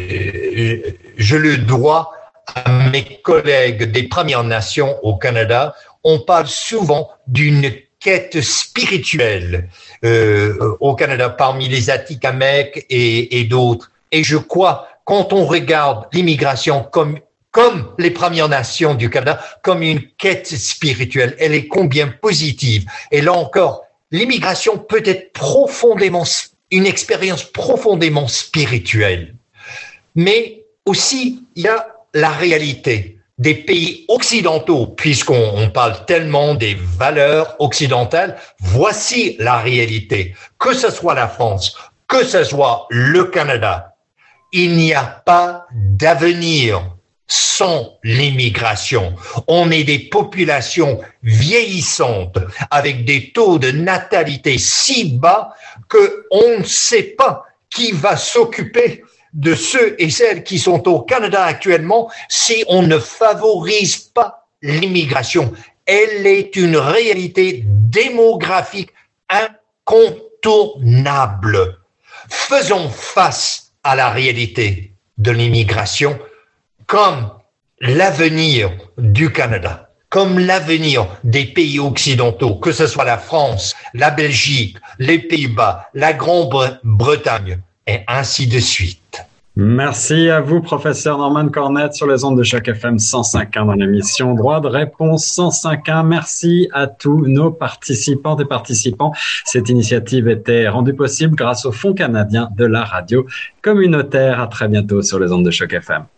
le dois à mes collègues des Premières Nations au Canada, on parle souvent d'une quête spirituelle au Canada parmi les Atikamekw et d'autres. Et je crois, quand on regarde l'immigration comme les Premières Nations du Canada, comme une quête spirituelle, elle est combien positive. Et là encore, l'immigration peut être une expérience profondément spirituelle. Mais aussi, il y a la réalité des pays occidentaux, puisqu'on parle tellement des valeurs occidentales. Voici la réalité. Que ce soit la France, que ce soit le Canada, il n'y a pas d'avenir sans l'immigration. On est des populations vieillissantes avec des taux de natalité si bas que on ne sait pas qui va s'occuper de ceux et celles qui sont au Canada actuellement si on ne favorise pas l'immigration. Elle est une réalité démographique incontournable. Faisons face à la réalité de l'immigration comme l'avenir du Canada, comme l'avenir des pays occidentaux, que ce soit la France, la Belgique, les Pays-Bas, la Grande-Bretagne, et ainsi de suite.
Merci à vous, professeur Norman Cornette, sur les ondes de Choc FM 105.1 dans l'émission Droit de réponse 105.1. Merci à tous nos participantes et participants. Cette initiative était rendue possible grâce au Fonds canadien de la radio communautaire. À très bientôt sur les ondes de Choc FM.